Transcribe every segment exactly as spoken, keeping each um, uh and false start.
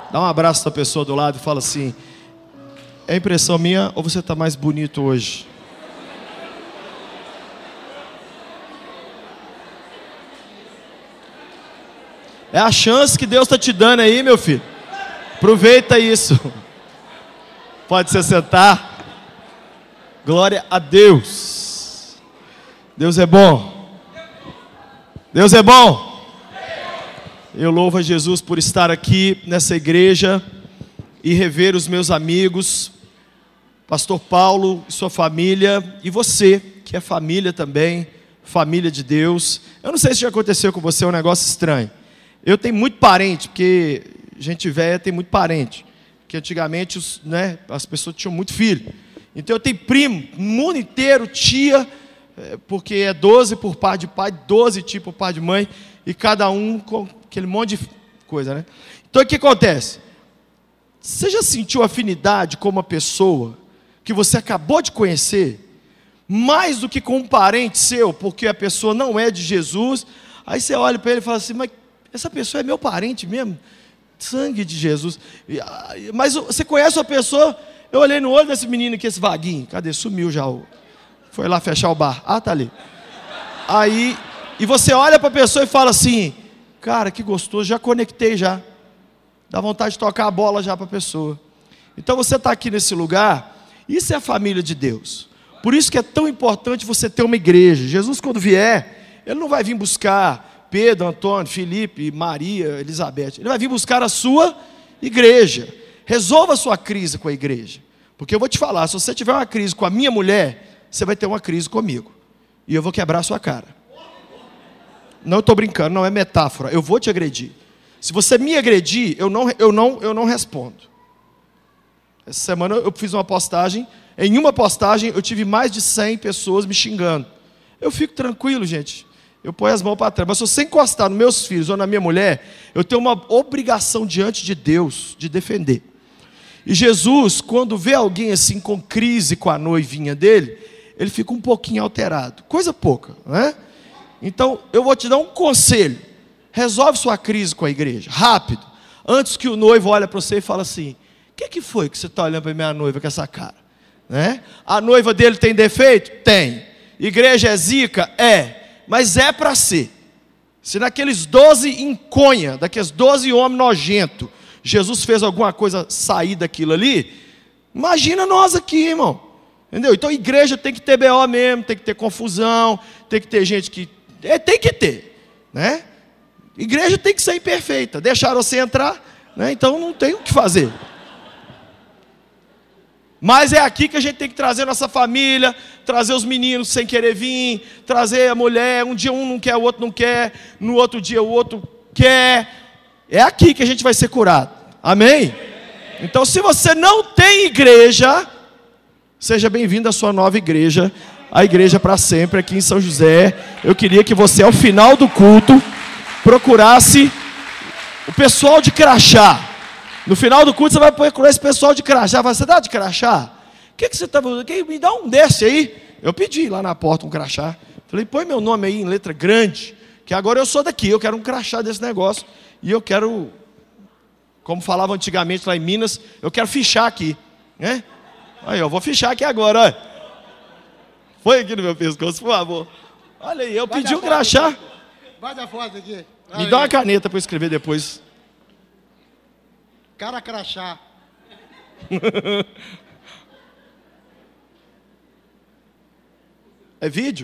Dá um abraço da pessoa do lado e fala assim: é impressão minha ou você está mais bonito hoje? É a chance que Deus está te dando aí, meu filho. Aproveita isso. Pode se sentar. Glória a Deus. Deus é bom. Deus é bom. Eu louvo a Jesus por estar aqui nessa igreja e rever os meus amigos, Pastor Paulo e sua família, e você, que é família também, família de Deus. Eu não sei se já aconteceu com você um negócio estranho. Eu tenho muito parente, porque gente velha tem muito parente. Porque antigamente os, né, as pessoas tinham muito filho. Então eu tenho primo, mundo inteiro, tia, porque é doze por par de pai, doze tipo por par de mãe, e cada um com aquele monte de coisa, né? Então o que acontece? Você já sentiu afinidade com uma pessoa que você acabou de conhecer, mais do que com um parente seu, porque a pessoa não é de Jesus? Aí você olha para ele e fala assim: mas essa pessoa é meu parente mesmo? Sangue de Jesus. Mas você conhece uma pessoa? Eu olhei no olho desse menino aqui, esse vaguinho. Cadê? Sumiu já. Foi lá fechar o bar. Ah, tá ali. Aí, e você olha para a pessoa e fala assim: cara, que gostoso, já conectei já. Dá vontade de tocar a bola já para a pessoa. Então você está aqui nesse lugar, isso é a família de Deus. Por isso que é tão importante você ter uma igreja. Jesus, quando vier, Ele não vai vir buscar Pedro, Antônio, Felipe, Maria, Elizabeth. Ele vai vir buscar a sua igreja. Resolva a sua crise com a igreja. Porque eu vou te falar, se você tiver uma crise com a minha mulher, você vai ter uma crise comigo. E eu vou quebrar a sua cara. Não estou brincando, não é metáfora. Eu vou te agredir. Se você me agredir, eu não, eu não, eu não respondo. Essa semana eu fiz uma postagem. Em uma postagem eu tive mais de cem pessoas me xingando. Eu fico tranquilo, gente. Eu ponho as mãos para trás. Mas se você encostar nos meus filhos ou na minha mulher, eu tenho uma obrigação diante de Deus de defender. E Jesus, quando vê alguém assim com crise com a noivinha dele, ele fica um pouquinho alterado. Coisa pouca, né? Então, eu vou te dar um conselho. Resolve sua crise com a igreja, rápido. Antes que o noivo olhe para você e fale assim: o que, que foi que você está olhando para minha noiva com essa cara? Né? A noiva dele tem defeito? Tem. Igreja é zica? É. Mas é para ser. Se naqueles doze enconha, daqueles doze homens nojentos, Jesus fez alguma coisa sair daquilo ali, imagina nós aqui, irmão. Entendeu? Então a igreja tem que ter B O mesmo, tem que ter confusão, tem que ter gente que... É, tem que ter, né? Igreja tem que ser imperfeita. Deixaram você entrar, né? Então não tem o que fazer. Mas é aqui que a gente tem que trazer nossa família, trazer os meninos sem querer vir, trazer a mulher. Um dia um não quer, o outro não quer, no outro dia o outro quer. É aqui que a gente vai ser curado. Amém? Então, se você não tem igreja, seja bem-vindo à sua nova igreja, a Igreja para Sempre, aqui em São José. Eu queria que você, ao final do culto, procurasse o pessoal de crachá. No final do culto você vai procurar esse pessoal de crachá. Você dá de crachá? O que, que você está fazendo? Me dá um desse aí. Eu pedi lá na porta um crachá. Falei: põe meu nome aí em letra grande, que agora eu sou daqui, eu quero um crachá desse negócio. E eu quero, como falava antigamente lá em Minas, eu quero fichar aqui, né? Aí, eu vou fichar aqui agora, olha. Foi aqui no meu pescoço, por favor. Olha aí, eu vai pedi um crachá. Aqui. Vai dar foto aqui. Me dá uma caneta para eu escrever depois. Cara crachá. É vídeo?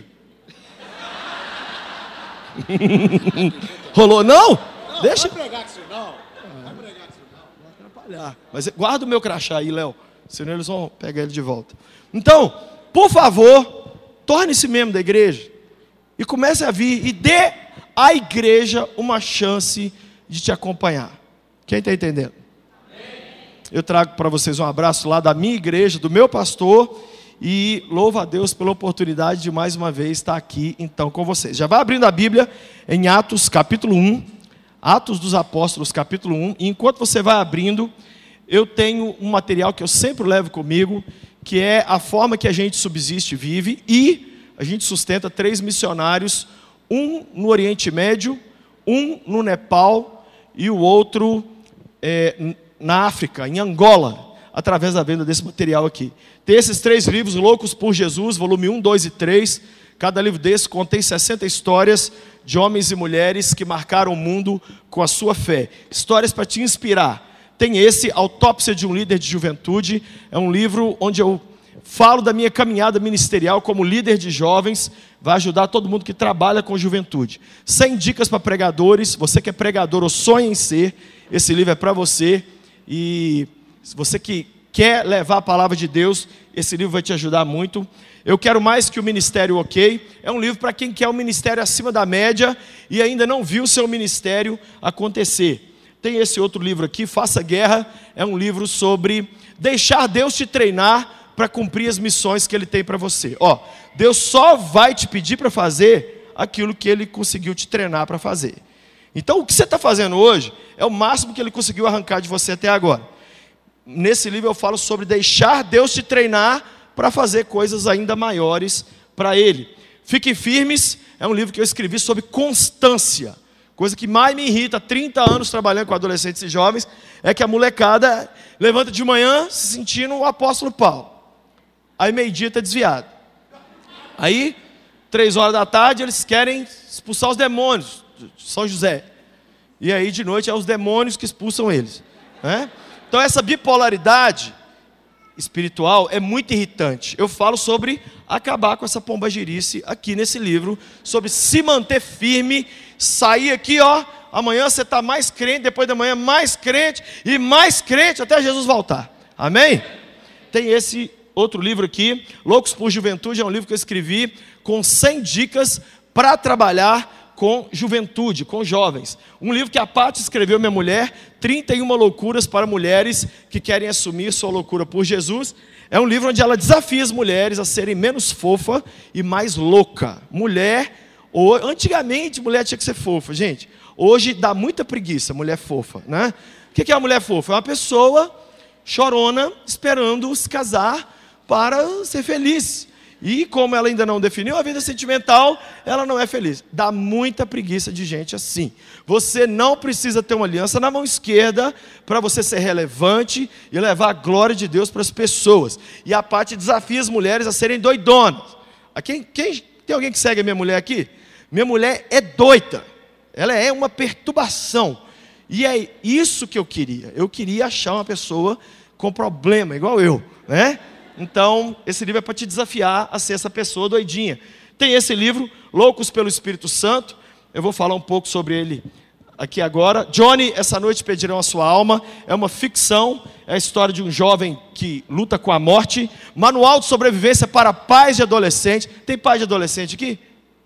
Rolou? Não? Não, deixa. Não vai pregar com isso não. Não vai pregar com isso não. Vai atrapalhar. Mas guarda o meu crachá aí, Léo. Senão eles vão pegar ele de volta. Então, por favor, torne-se membro da igreja. E comece a vir e dê à igreja uma chance de te acompanhar. Quem está entendendo? Eu trago para vocês um abraço lá da minha igreja, do meu pastor, e louvo a Deus pela oportunidade de mais uma vez estar aqui então com vocês. Já vai abrindo a Bíblia em Atos capítulo um, Atos dos Apóstolos capítulo um, e enquanto você vai abrindo, eu tenho um material que eu sempre levo comigo, que é a forma que a gente subsiste e vive, e a gente sustenta três missionários, um no Oriente Médio, um no Nepal e o outro é, na África, em Angola, através da venda desse material aqui. Tem esses três livros, Loucos por Jesus, volume um, dois e três. Cada livro desse contém sessenta histórias de homens e mulheres que marcaram o mundo com a sua fé. Histórias para te inspirar. Tem esse, Autópsia de um Líder de Juventude. É um livro onde eu falo da minha caminhada ministerial como líder de jovens. Vai ajudar todo mundo que trabalha com juventude. cem dicas para pregadores. Você que é pregador ou sonha em ser, esse livro é para você. E se você que quer levar a palavra de Deus, esse livro vai te ajudar muito. Eu quero mais que o Ministério OK. É um livro para quem quer um ministério acima da média e ainda não viu o seu ministério acontecer. Tem esse outro livro aqui, Faça Guerra. É um livro sobre deixar Deus te treinar para cumprir as missões que Ele tem para você. Ó, Deus só vai te pedir para fazer aquilo que Ele conseguiu te treinar para fazer. Então, o que você está fazendo hoje é o máximo que Ele conseguiu arrancar de você até agora. Nesse livro eu falo sobre deixar Deus te treinar para fazer coisas ainda maiores para Ele. Fiquem firmes, é um livro que eu escrevi sobre constância. Coisa que mais me irrita, trinta anos trabalhando com adolescentes e jovens, é que a molecada levanta de manhã se sentindo o apóstolo Paulo. Aí meio-dia está desviado. Aí, três horas da tarde, eles querem expulsar os demônios de São José. E aí, de noite, é os demônios que expulsam eles. Né? Então, essa bipolaridade espiritual é muito irritante. Eu falo sobre acabar com essa pombagirice aqui nesse livro, sobre se manter firme, sair aqui, ó, amanhã você está mais crente, depois da manhã mais crente, e mais crente até Jesus voltar. Amém? Tem esse outro livro aqui, Loucos por Juventude, é um livro que eu escrevi com cem dicas para trabalhar com juventude, com jovens. Um livro que a Paty escreveu, minha mulher, trinta e uma loucuras para mulheres que querem assumir sua loucura por Jesus. É um livro onde ela desafia as mulheres a serem menos fofa e mais louca. Mulher, ou, antigamente mulher tinha que ser fofa, gente. Hoje dá muita preguiça, mulher fofa, né? O que é uma mulher fofa? É uma pessoa chorona, esperando se casar para ser feliz. E como ela ainda não definiu a vida sentimental, ela não é feliz. Dá muita preguiça de gente assim. Você não precisa ter uma aliança na mão esquerda para você ser relevante e levar a glória de Deus para as pessoas. E a Paty desafia as mulheres a serem doidonas. Quem, quem, tem alguém que segue a minha mulher aqui? Minha mulher é doida. Ela é uma perturbação. E é isso que eu queria. Eu queria achar uma pessoa com problema, igual eu, né? Então, esse livro é para te desafiar a ser essa pessoa doidinha. Tem esse livro, Loucos pelo Espírito Santo. Eu vou falar um pouco sobre ele aqui agora. Johnny, essa noite pedirão a sua alma. É uma ficção, é a história de um jovem que luta com a morte. Manual de sobrevivência para pais de adolescente. Tem pai de adolescente aqui?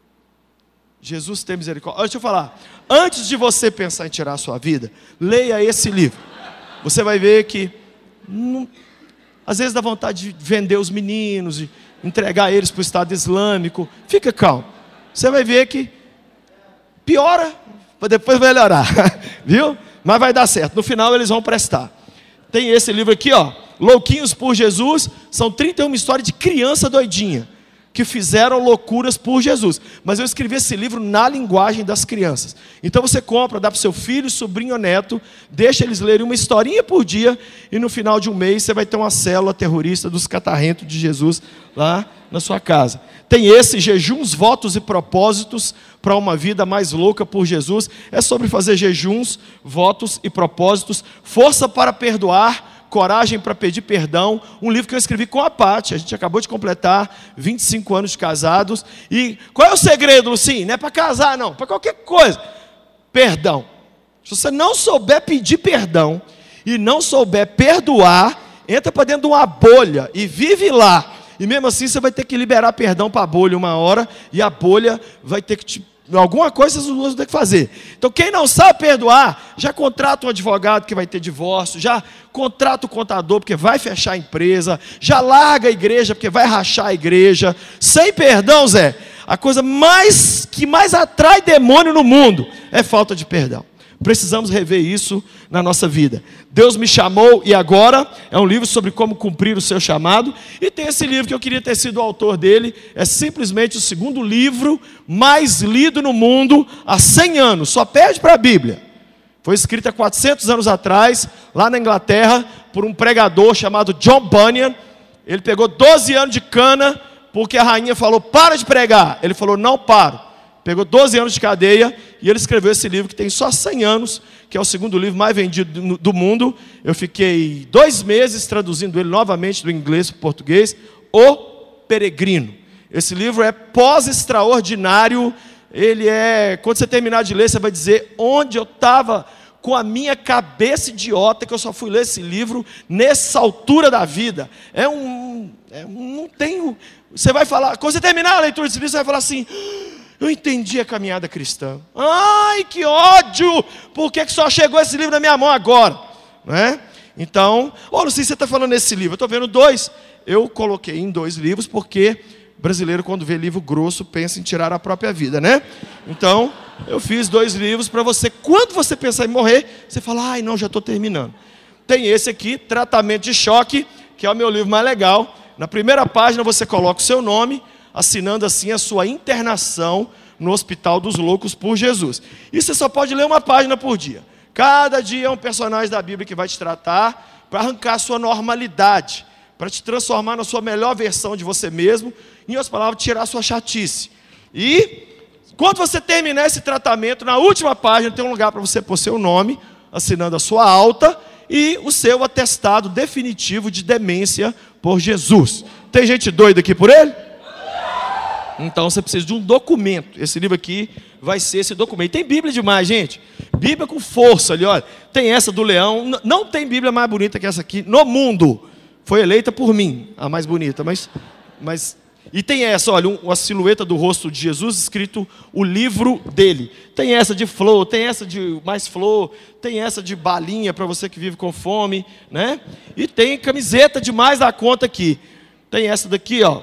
Jesus tem misericórdia. Deixa eu falar. Antes de você pensar em tirar a sua vida, leia esse livro. Você vai ver que... Não, às vezes dá vontade de vender os meninos, de entregar eles para o Estado Islâmico. Fica calmo. Você vai ver que piora, depois vai melhorar. Viu? Mas vai dar certo. No final eles vão prestar. Tem esse livro aqui, ó. Louquinhos por Jesus. São trinta e uma histórias de criança doidinha que fizeram loucuras por Jesus. Mas eu escrevi esse livro na linguagem das crianças. Então você compra, dá para o seu filho, sobrinho ou neto, deixa eles lerem uma historinha por dia, e no final de um mês você vai ter uma célula terrorista dos catarrentos de Jesus lá na sua casa. Tem esse, Jejuns, Votos e Propósitos para uma vida mais louca por Jesus. É sobre fazer jejuns, votos e propósitos. Força para perdoar, Coragem para Pedir Perdão, um livro que eu escrevi com a Paty. A gente acabou de completar vinte e cinco anos de casados. E qual é o segredo, Lucim? Não é para casar, não, para qualquer coisa. Perdão. Se você não souber pedir perdão e não souber perdoar, entra para dentro de uma bolha e vive lá. E mesmo assim você vai ter que liberar perdão para a bolha uma hora, e a bolha vai ter que te... Alguma coisa vocês vão ter que fazer. Então quem não sabe perdoar, já contrata um advogado que vai ter divórcio, já contrata o contador porque vai fechar a empresa, já larga a igreja porque vai rachar a igreja. Sem perdão, Zé, a coisa mais que mais atrai demônio no mundo é falta de perdão. Precisamos rever isso na nossa vida. Deus me chamou e agora é um livro sobre como cumprir o seu chamado. E tem esse livro que eu queria ter sido o autor dele. É simplesmente o segundo livro mais lido no mundo há cem anos. Só perde para a Bíblia. Foi escrita há quatrocentos anos atrás, lá na Inglaterra, por um pregador chamado John Bunyan. Ele pegou doze anos de cana, porque a rainha falou, para de pregar. Ele falou, não paro. Pegou doze anos de cadeia, e ele escreveu esse livro, que tem só cem anos, que é o segundo livro mais vendido do mundo. Eu fiquei dois meses traduzindo ele novamente do inglês para o português, O Peregrino. Esse livro é pós-extraordinário. Ele é, quando você terminar de ler, você vai dizer onde eu estava com a minha cabeça idiota, que eu só fui ler esse livro nessa altura da vida. É um, é um não tenho, você vai falar, quando você terminar a leitura desse livro, você vai falar assim, eu entendi a caminhada cristã. Ai, que ódio, por que que só chegou esse livro na minha mão agora? Não é? Então, oh, não sei se você está falando nesse livro, eu estou vendo dois, eu coloquei em dois livros, porque brasileiro, quando vê livro grosso, pensa em tirar a própria vida, né? Então, eu fiz dois livros para você, quando você pensar em morrer, você fala, ai não, já estou terminando. Tem esse aqui, Tratamento de Choque, que é o meu livro mais legal. Na primeira página você coloca o seu nome, assinando assim a sua internação no Hospital dos Loucos por Jesus. E você só pode ler uma página por dia. Cada dia é um personagem da Bíblia que vai te tratar, para arrancar a sua normalidade, para te transformar na sua melhor versão de você mesmo, em outras palavras, tirar a sua chatice. E, quando você terminar esse tratamento, na última página tem um lugar para você pôr seu nome, assinando a sua alta, e o seu atestado definitivo de demência por Jesus. Tem gente doida aqui por ele? Então você precisa de um documento. Esse livro aqui vai ser esse documento. Tem Bíblia demais, gente. Bíblia com força ali, olha. Tem essa do leão. Não tem Bíblia mais bonita que essa aqui no mundo. Foi eleita por mim, a mais bonita, mas... mas e tem essa, olha, uma silhueta do rosto de Jesus, escrito o livro dele. Tem essa de flor, tem essa de mais flor, tem essa de balinha para você que vive com fome, né? E tem camiseta de mais da conta aqui. Tem essa daqui, ó.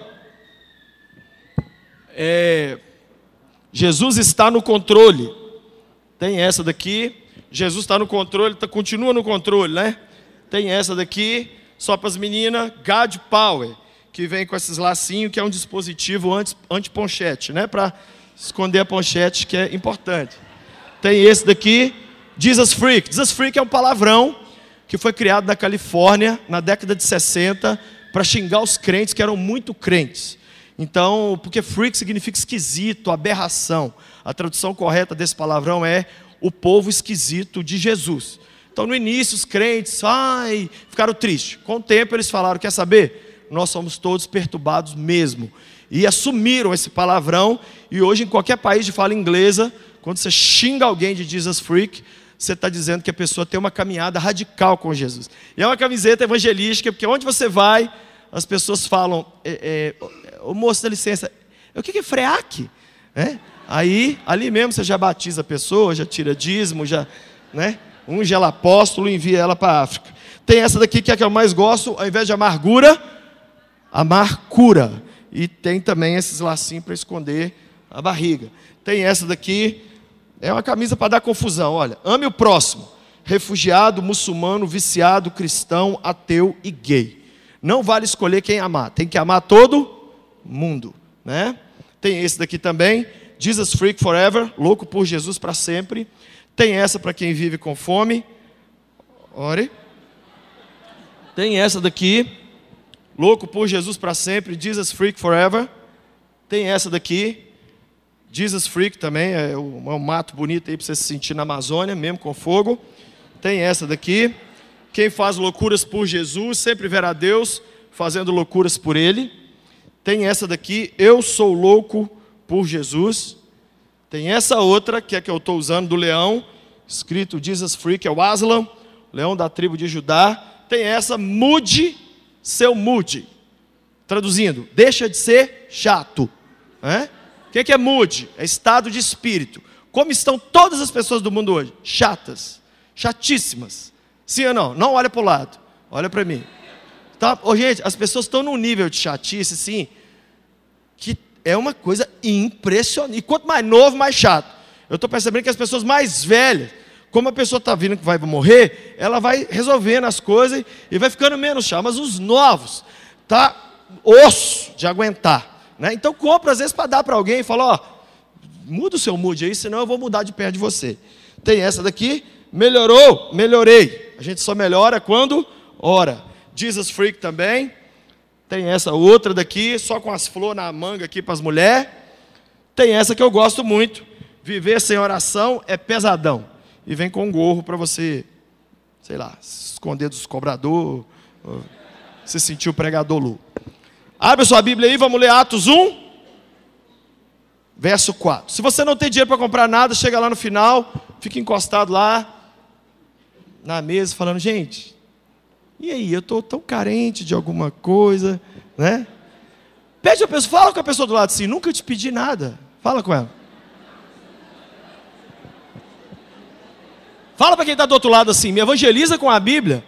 É, Jesus está no controle. Tem essa daqui. Jesus está no controle, tá, continua no controle, né? Tem essa daqui, só para as meninas, God Power, que vem com esses lacinhos, que é um dispositivo anti-ponchete, né? Para esconder a ponchete, que é importante. Tem esse daqui, Jesus Freak. Jesus Freak é um palavrão que foi criado na Califórnia, na década de sessenta, para xingar os crentes que eram muito crentes. Então, porque freak significa esquisito, aberração. A tradução correta desse palavrão é o povo esquisito de Jesus. Então, no início, os crentes, ai, ficaram tristes. Com o tempo, eles falaram, quer saber? Nós somos todos perturbados mesmo. E assumiram esse palavrão. E hoje, em qualquer país de fala inglesa, quando você xinga alguém de Jesus Freak, você está dizendo que a pessoa tem uma caminhada radical com Jesus. E é uma camiseta evangelística, porque onde você vai, as pessoas falam, é, é, ô moço, dá licença, o que é freac? É? Aí, ali mesmo, você já batiza a pessoa, já tira dízimo, já, né? Unge ela apóstolo e envia ela para a África. Tem essa daqui que é a que eu mais gosto, ao invés de amargura, amarcura. E tem também esses lacinhos para esconder a barriga. Tem essa daqui, é uma camisa para dar confusão, olha. Ame o próximo, refugiado, muçulmano, viciado, cristão, ateu e gay. Não vale escolher quem amar, tem que amar todo mundo, né? Tem esse daqui também, Jesus Freak Forever, louco por Jesus para sempre. Tem essa para quem vive com fome. Ore. Tem essa daqui, louco por Jesus para sempre, Jesus Freak Forever. Tem essa daqui, Jesus Freak também, é um mato bonito aí para você se sentir na Amazônia, mesmo com fogo. Tem essa daqui, quem faz loucuras por Jesus, sempre verá Deus fazendo loucuras por Ele. Tem essa daqui, eu sou louco por Jesus. Tem essa outra, que é a que eu estou usando, do leão, escrito Jesus Freak, é o Aslan, leão da tribo de Judá. Tem essa, mude seu mude. Traduzindo, deixa de ser chato. É? O que é mude? É estado de espírito. Como estão todas as pessoas do mundo hoje? Chatas, chatíssimas. Sim ou não? Não olha para o lado, olha para mim. Tá? Oh, gente, as pessoas estão num nível de chatice, assim, que é uma coisa impressionante. E quanto mais novo, mais chato. Eu estou percebendo que as pessoas mais velhas, como a pessoa está vindo que vai morrer, ela vai resolvendo as coisas e vai ficando menos chato. Mas os novos, tá osso de aguentar, né? Então compra às vezes para dar para alguém e fala, ó, muda o seu mood aí, senão eu vou mudar de perto de você. Tem essa daqui, Melhorou? Melhorei. A gente só melhora quando ora. Jesus Freak também. Tem essa outra daqui, só com as flores na manga aqui para as mulheres. Tem essa que eu gosto muito. Viver sem oração é pesadão. E vem com um gorro para você, sei lá, se esconder dos cobradores, se sentir o pregador Lu. Abre sua Bíblia aí, vamos ler Atos um, verso quatro. Se você não tem dinheiro para comprar nada, chega lá no final, fica encostado lá na mesa, falando, gente, e aí, eu estou tão carente de alguma coisa, né? Pede a pessoa, fala com a pessoa do lado assim, nunca te pedi nada. Fala com ela. Fala para quem está do outro lado assim, me evangeliza com a Bíblia.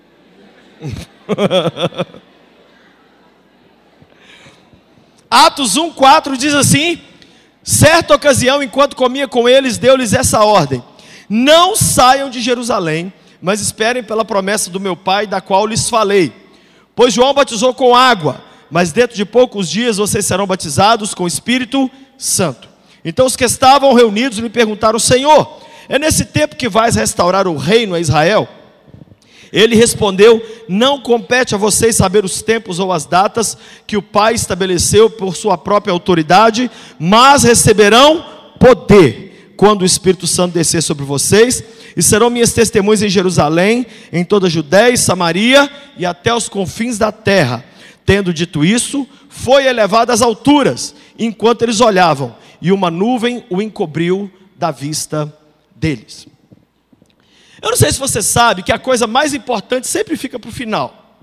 Atos um, quatro diz assim, certa ocasião, enquanto comia com eles, deu-lhes essa ordem, não saiam de Jerusalém, mas esperem pela promessa do meu Pai, da qual lhes falei. Pois João batizou com água, mas dentro de poucos dias vocês serão batizados com o Espírito Santo. Então os que estavam reunidos lhe perguntaram, Senhor, é nesse tempo que vais restaurar o reino a Israel? Ele respondeu, não compete a vocês saber os tempos ou as datas que o Pai estabeleceu por sua própria autoridade, mas receberão poder quando o Espírito Santo descer sobre vocês, e serão minhas testemunhas em Jerusalém, em toda a Judéia e Samaria, e até os confins da terra. Tendo dito isso, foi elevado às alturas, enquanto eles olhavam, e uma nuvem o encobriu da vista deles. Eu não sei se você sabe que a coisa mais importante sempre fica para o final.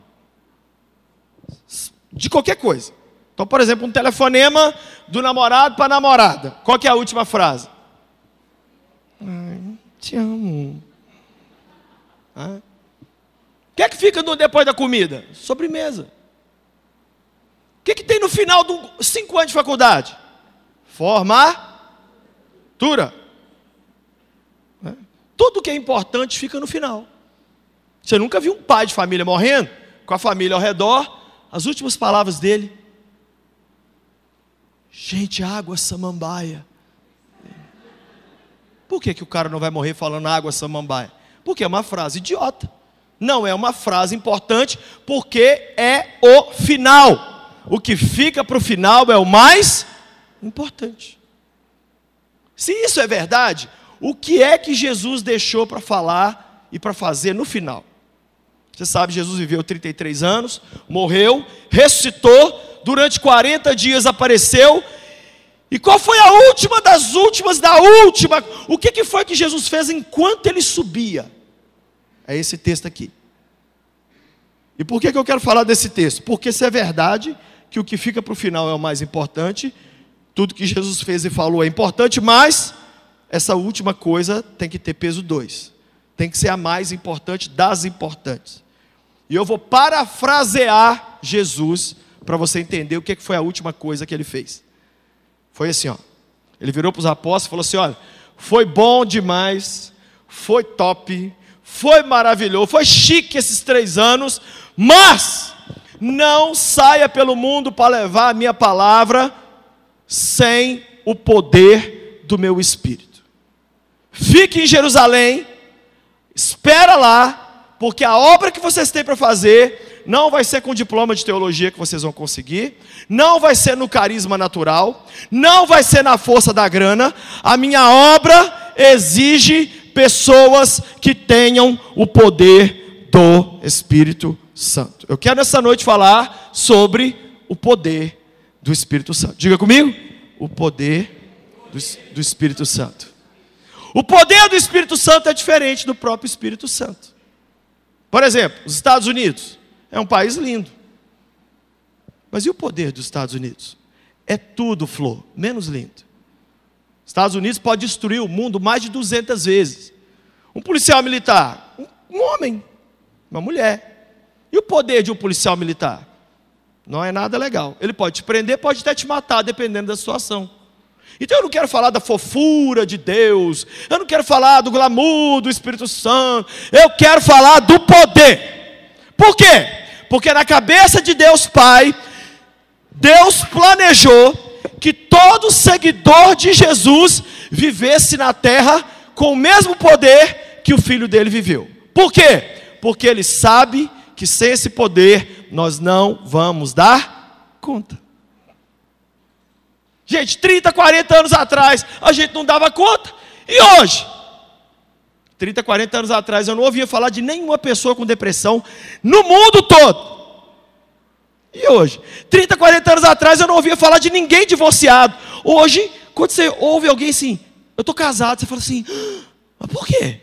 De qualquer coisa. Então, por exemplo, um telefonema do namorado para a namorada. Qual que é a última frase? Ai, te amo. Ah. O que é que fica no, depois da comida? Sobremesa. O que, é que tem no final de cinco anos de faculdade? Formatura. É. Tudo que é importante fica no final. Você nunca viu um pai de família morrendo, com a família ao redor, as últimas palavras dele, gente, água samambaia. Por que, que o cara não vai morrer falando água samambaia? Porque é uma frase idiota. Não é uma frase importante, porque é o final. O que fica para o final é o mais importante. Se isso é verdade, o que é que Jesus deixou para falar e para fazer no final? Você sabe, Jesus viveu trinta e três anos, morreu, ressuscitou, durante quarenta dias apareceu. E qual foi a última das últimas da última? O que, que foi que Jesus fez enquanto ele subia? É esse texto aqui. E por que, que eu quero falar desse texto? Porque se é verdade que o que fica para o final é o mais importante, tudo que Jesus fez e falou é importante, mas essa última coisa tem que ter peso dois. Tem que ser a mais importante das importantes. E eu vou parafrasear Jesus para você entender o que foi a última coisa que ele fez. Foi assim, ó. Ele virou para os apóstolos e falou assim, olha, foi bom demais, foi top, foi maravilhoso, foi chique esses três anos, mas não saia pelo mundo para levar a minha palavra sem o poder do meu Espírito. Fique em Jerusalém, espera lá, porque a obra que vocês têm para fazer não vai ser com diploma de teologia que vocês vão conseguir, não vai ser no carisma natural, não vai ser na força da grana. A minha obra exige pessoas que tenham o poder do Espírito Santo. Eu quero nessa noite falar sobre o poder do Espírito Santo. Diga comigo, o poder do, do Espírito Santo. O poder do Espírito Santo é diferente do próprio Espírito Santo. Por exemplo, os Estados Unidos é um país lindo. Mas e o poder dos Estados Unidos? É tudo, flor, menos lindo. Estados Unidos pode destruir o mundo mais de duzentas vezes. Um policial militar, um, um homem, uma mulher. E o poder de um policial militar? Não é nada legal. Ele pode te prender, pode até te matar, dependendo da situação. Então eu não quero falar da fofura de Deus, eu não quero falar do glamour do Espírito Santo, eu quero falar do poder. Por quê? Porque na cabeça de Deus Pai, Deus planejou que todo seguidor de Jesus vivesse na terra com o mesmo poder que o filho dele viveu. Por quê? Porque ele sabe que sem esse poder nós não vamos dar conta. Gente, trinta, quarenta anos atrás a gente não dava conta. E hoje? trinta, quarenta anos atrás eu não ouvia falar de nenhuma pessoa com depressão no mundo todo. E hoje? trinta, quarenta anos atrás eu não ouvia falar de ninguém divorciado. Hoje, quando você ouve alguém assim, eu estou casado, você fala assim, mas por quê?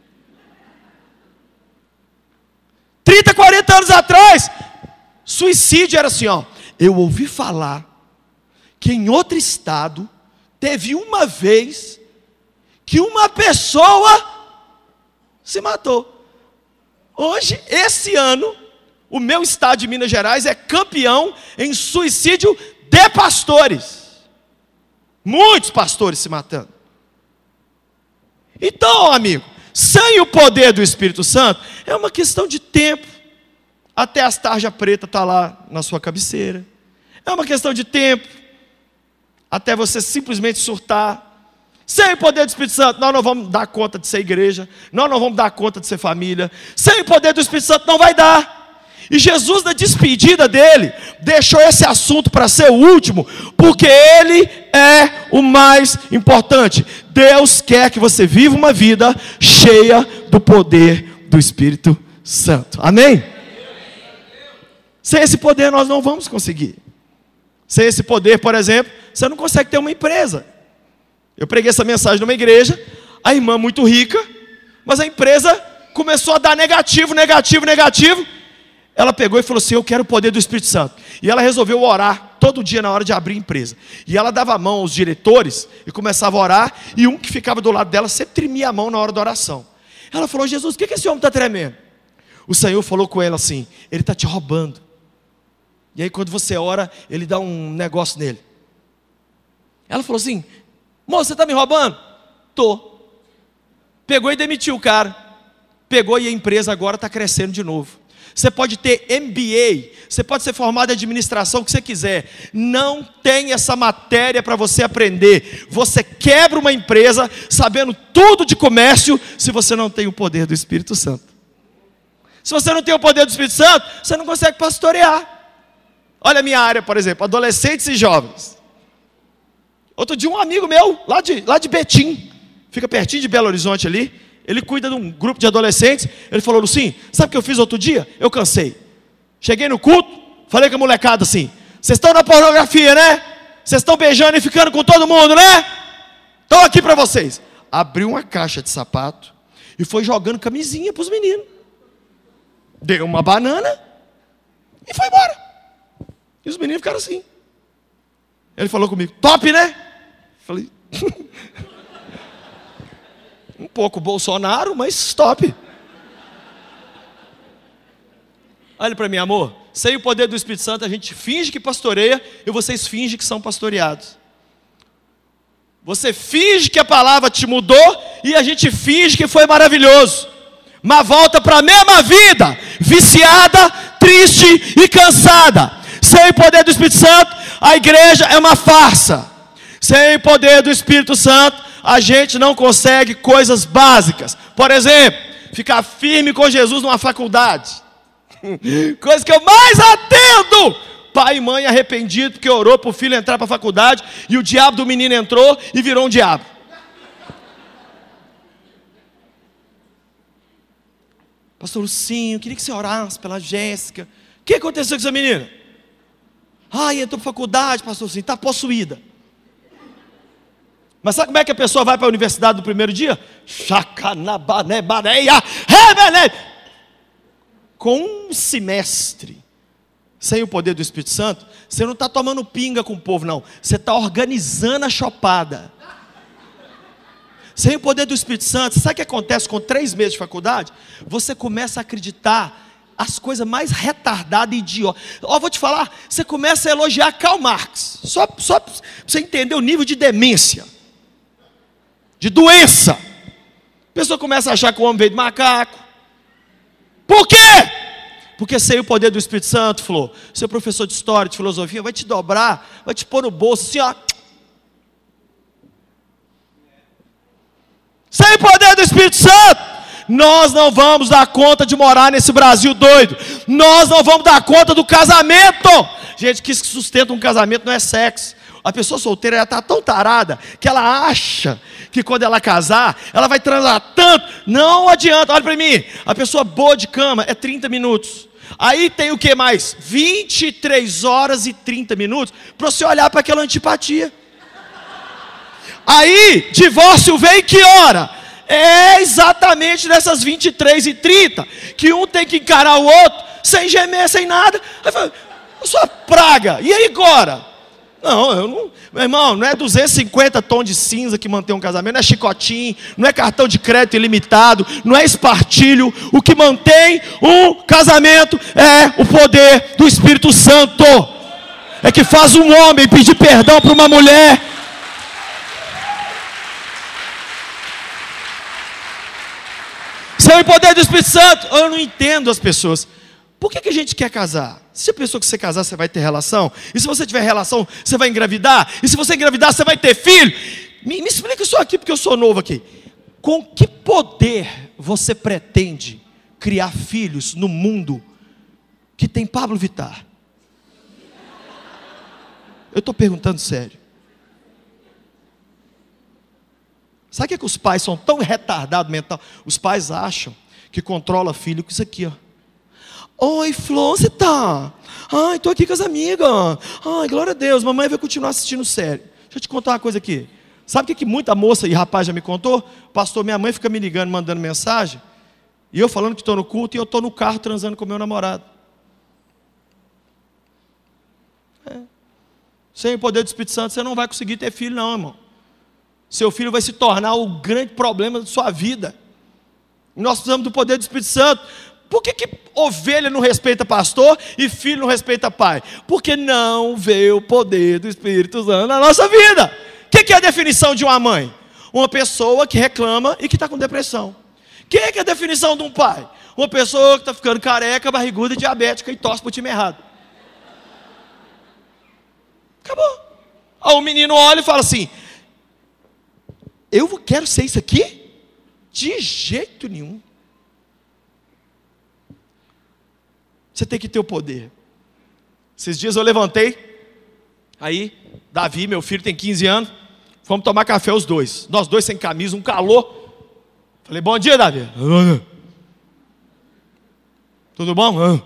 trinta, quarenta anos atrás, suicídio era assim, ó. Eu ouvi falar que em outro estado teve uma vez que uma pessoa se matou. Hoje, esse ano, o meu estado de Minas Gerais é campeão em suicídio de pastores. Muitos pastores se matando. Então, amigo, sem o poder do Espírito Santo, é uma questão de tempo até as tarjas pretas estar lá na sua cabeceira. É uma questão de tempo até você simplesmente surtar. Sem o poder do Espírito Santo, nós não vamos dar conta de ser igreja, nós não vamos dar conta de ser família. Sem o poder do Espírito Santo não vai dar. E Jesus, na despedida dele, deixou esse assunto para ser o último, porque ele é o mais importante. Deus quer que você viva uma vida cheia do poder do Espírito Santo. Amém? Sem esse poder nós não vamos conseguir. Sem esse poder, por exemplo, você não consegue ter uma empresa. Eu preguei essa mensagem numa igreja, a irmã muito rica, mas a empresa começou a dar negativo, negativo, negativo. Ela pegou e falou assim, eu quero o poder do Espírito Santo. E ela resolveu orar todo dia na hora de abrir a empresa. E ela dava a mão aos diretores e começava a orar, e um que ficava do lado dela sempre tremia a mão na hora da oração. Ela falou, Jesus, o que, que esse homem está tremendo? O Senhor falou com ela assim, ele está te roubando. E aí quando você ora, ele dá um negócio nele. Ela falou assim, moça, você está me roubando? Tô. Pegou e demitiu o cara. Pegou e a empresa agora está crescendo de novo. Você pode ter M B A, você pode ser formado em administração, o que você quiser. Não tem essa matéria para você aprender. Você quebra uma empresa sabendo tudo de comércio, se você não tem o poder do Espírito Santo. Se você não tem o poder do Espírito Santo, você não consegue pastorear. Olha a minha área, por exemplo, adolescentes e jovens. Outro dia um amigo meu, lá de, lá de Betim, fica pertinho de Belo Horizonte ali, ele cuida de um grupo de adolescentes. Ele falou, Lucim, sabe o que eu fiz outro dia? Eu cansei. Cheguei no culto, falei com a molecada assim, vocês estão na pornografia, né? Vocês estão beijando e ficando com todo mundo, né? Estou aqui para vocês. Abriu uma caixa de sapato e foi jogando camisinha para os meninos. Deu uma banana e foi embora. E os meninos ficaram assim. Ele falou comigo, top, né? Falei, um pouco Bolsonaro, mas top. Olha para mim, amor. Sem o poder do Espírito Santo, a gente finge que pastoreia e vocês fingem que são pastoreados. Você finge que a palavra te mudou e a gente finge que foi maravilhoso. Mas volta para a mesma vida, viciada, triste e cansada. Sem o poder do Espírito Santo, a igreja é uma farsa. Sem o poder do Espírito Santo, a gente não consegue coisas básicas. Por exemplo, ficar firme com Jesus numa faculdade. Coisa que eu mais atendo. Pai e mãe arrependido porque orou para o filho entrar para a faculdade e o diabo do menino entrou e virou um diabo. Pastor Lucinho, eu queria que você orasse pela Jéssica. O que aconteceu com essa menina? Ai, entrou para a faculdade, pastor Lucinho, está possuída. Mas sabe como é que a pessoa vai para a universidade no primeiro dia? Com um semestre, sem o poder do Espírito Santo, você não está tomando pinga com o povo, não. Você está organizando a chopada. Sem o poder do Espírito Santo, sabe o que acontece com três meses de faculdade? Você começa a acreditar as coisas mais retardadas e idiotas. Ó, vou te falar, você começa a elogiar Karl Marx. Só, só para você entender o nível de demência. De doença. A pessoa começa a achar que o homem veio de macaco. Por quê? Porque sem o poder do Espírito Santo, Flor, seu professor de história, de filosofia, vai te dobrar, vai te pôr no bolso assim, ó. Sem o poder do Espírito Santo, Nós não vamos dar conta de morar nesse Brasil doido. Nós não vamos dar conta do casamento. Gente, que sustenta um casamento não é sexo. A pessoa solteira, ela está tão tarada que ela acha que quando ela casar, ela vai transar tanto. Não adianta, olha para mim. A pessoa boa de cama é trinta minutos. Aí tem o que mais? vinte e três horas e trinta minutos para você olhar para aquela antipatia. Aí, divórcio vem que hora? É exatamente nessas vinte e três e trinta que um tem que encarar o outro sem gemer, sem nada. Aí fala, eu sou a praga, e aí agora? Não, eu não, meu irmão, não é duzentos e cinquenta tons de cinza que mantém um casamento, não é chicotinho, não é cartão de crédito ilimitado, não é espartilho. O que mantém um casamento é o poder do Espírito Santo. É que faz um homem pedir perdão para uma mulher. Sem o poder do Espírito Santo. Eu não entendo as pessoas. Por que, que a gente quer casar? Se a pessoa que você casar, você vai ter relação. E se você tiver relação, você vai engravidar. E se você engravidar, você vai ter filho. Me, me explica isso aqui, porque eu sou novo aqui. Com que poder você pretende criar filhos no mundo que tem Pablo Vittar? Eu estou perguntando sério. Sabe o que, é que os pais são tão retardados mental? Os pais acham que controla filho com isso aqui, ó. Oi, Flor, você tá? Ai, tô aqui com as amigas. Ai, glória a Deus, mamãe vai continuar assistindo série. Deixa eu te contar uma coisa aqui. Sabe o que, que muita moça e rapaz já me contou? Pastor, minha mãe fica me ligando, mandando mensagem, e eu falando que estou no culto, e eu estou no carro transando com meu namorado. É. Sem o poder do Espírito Santo, você não vai conseguir ter filho não, irmão. Seu filho vai se tornar o grande problema da sua vida. E nós precisamos do poder do Espírito Santo. Por que, que ovelha não respeita pastor e filho não respeita pai? Porque não vê o poder do Espírito Santo na nossa vida. O que, que é a definição de uma mãe? Uma pessoa que reclama e que está com depressão. O que, que é a definição de um pai? Uma pessoa que está ficando careca, barriguda e diabética e torce para o time errado. Acabou. Aí o menino olha e fala assim, eu quero ser isso aqui? De jeito nenhum. Você tem que ter o poder. Esses dias eu levantei, aí, Davi, meu filho, tem quinze anos, fomos tomar café os dois. Nós dois sem camisa, um calor. Falei, bom dia, Davi. Tudo bom?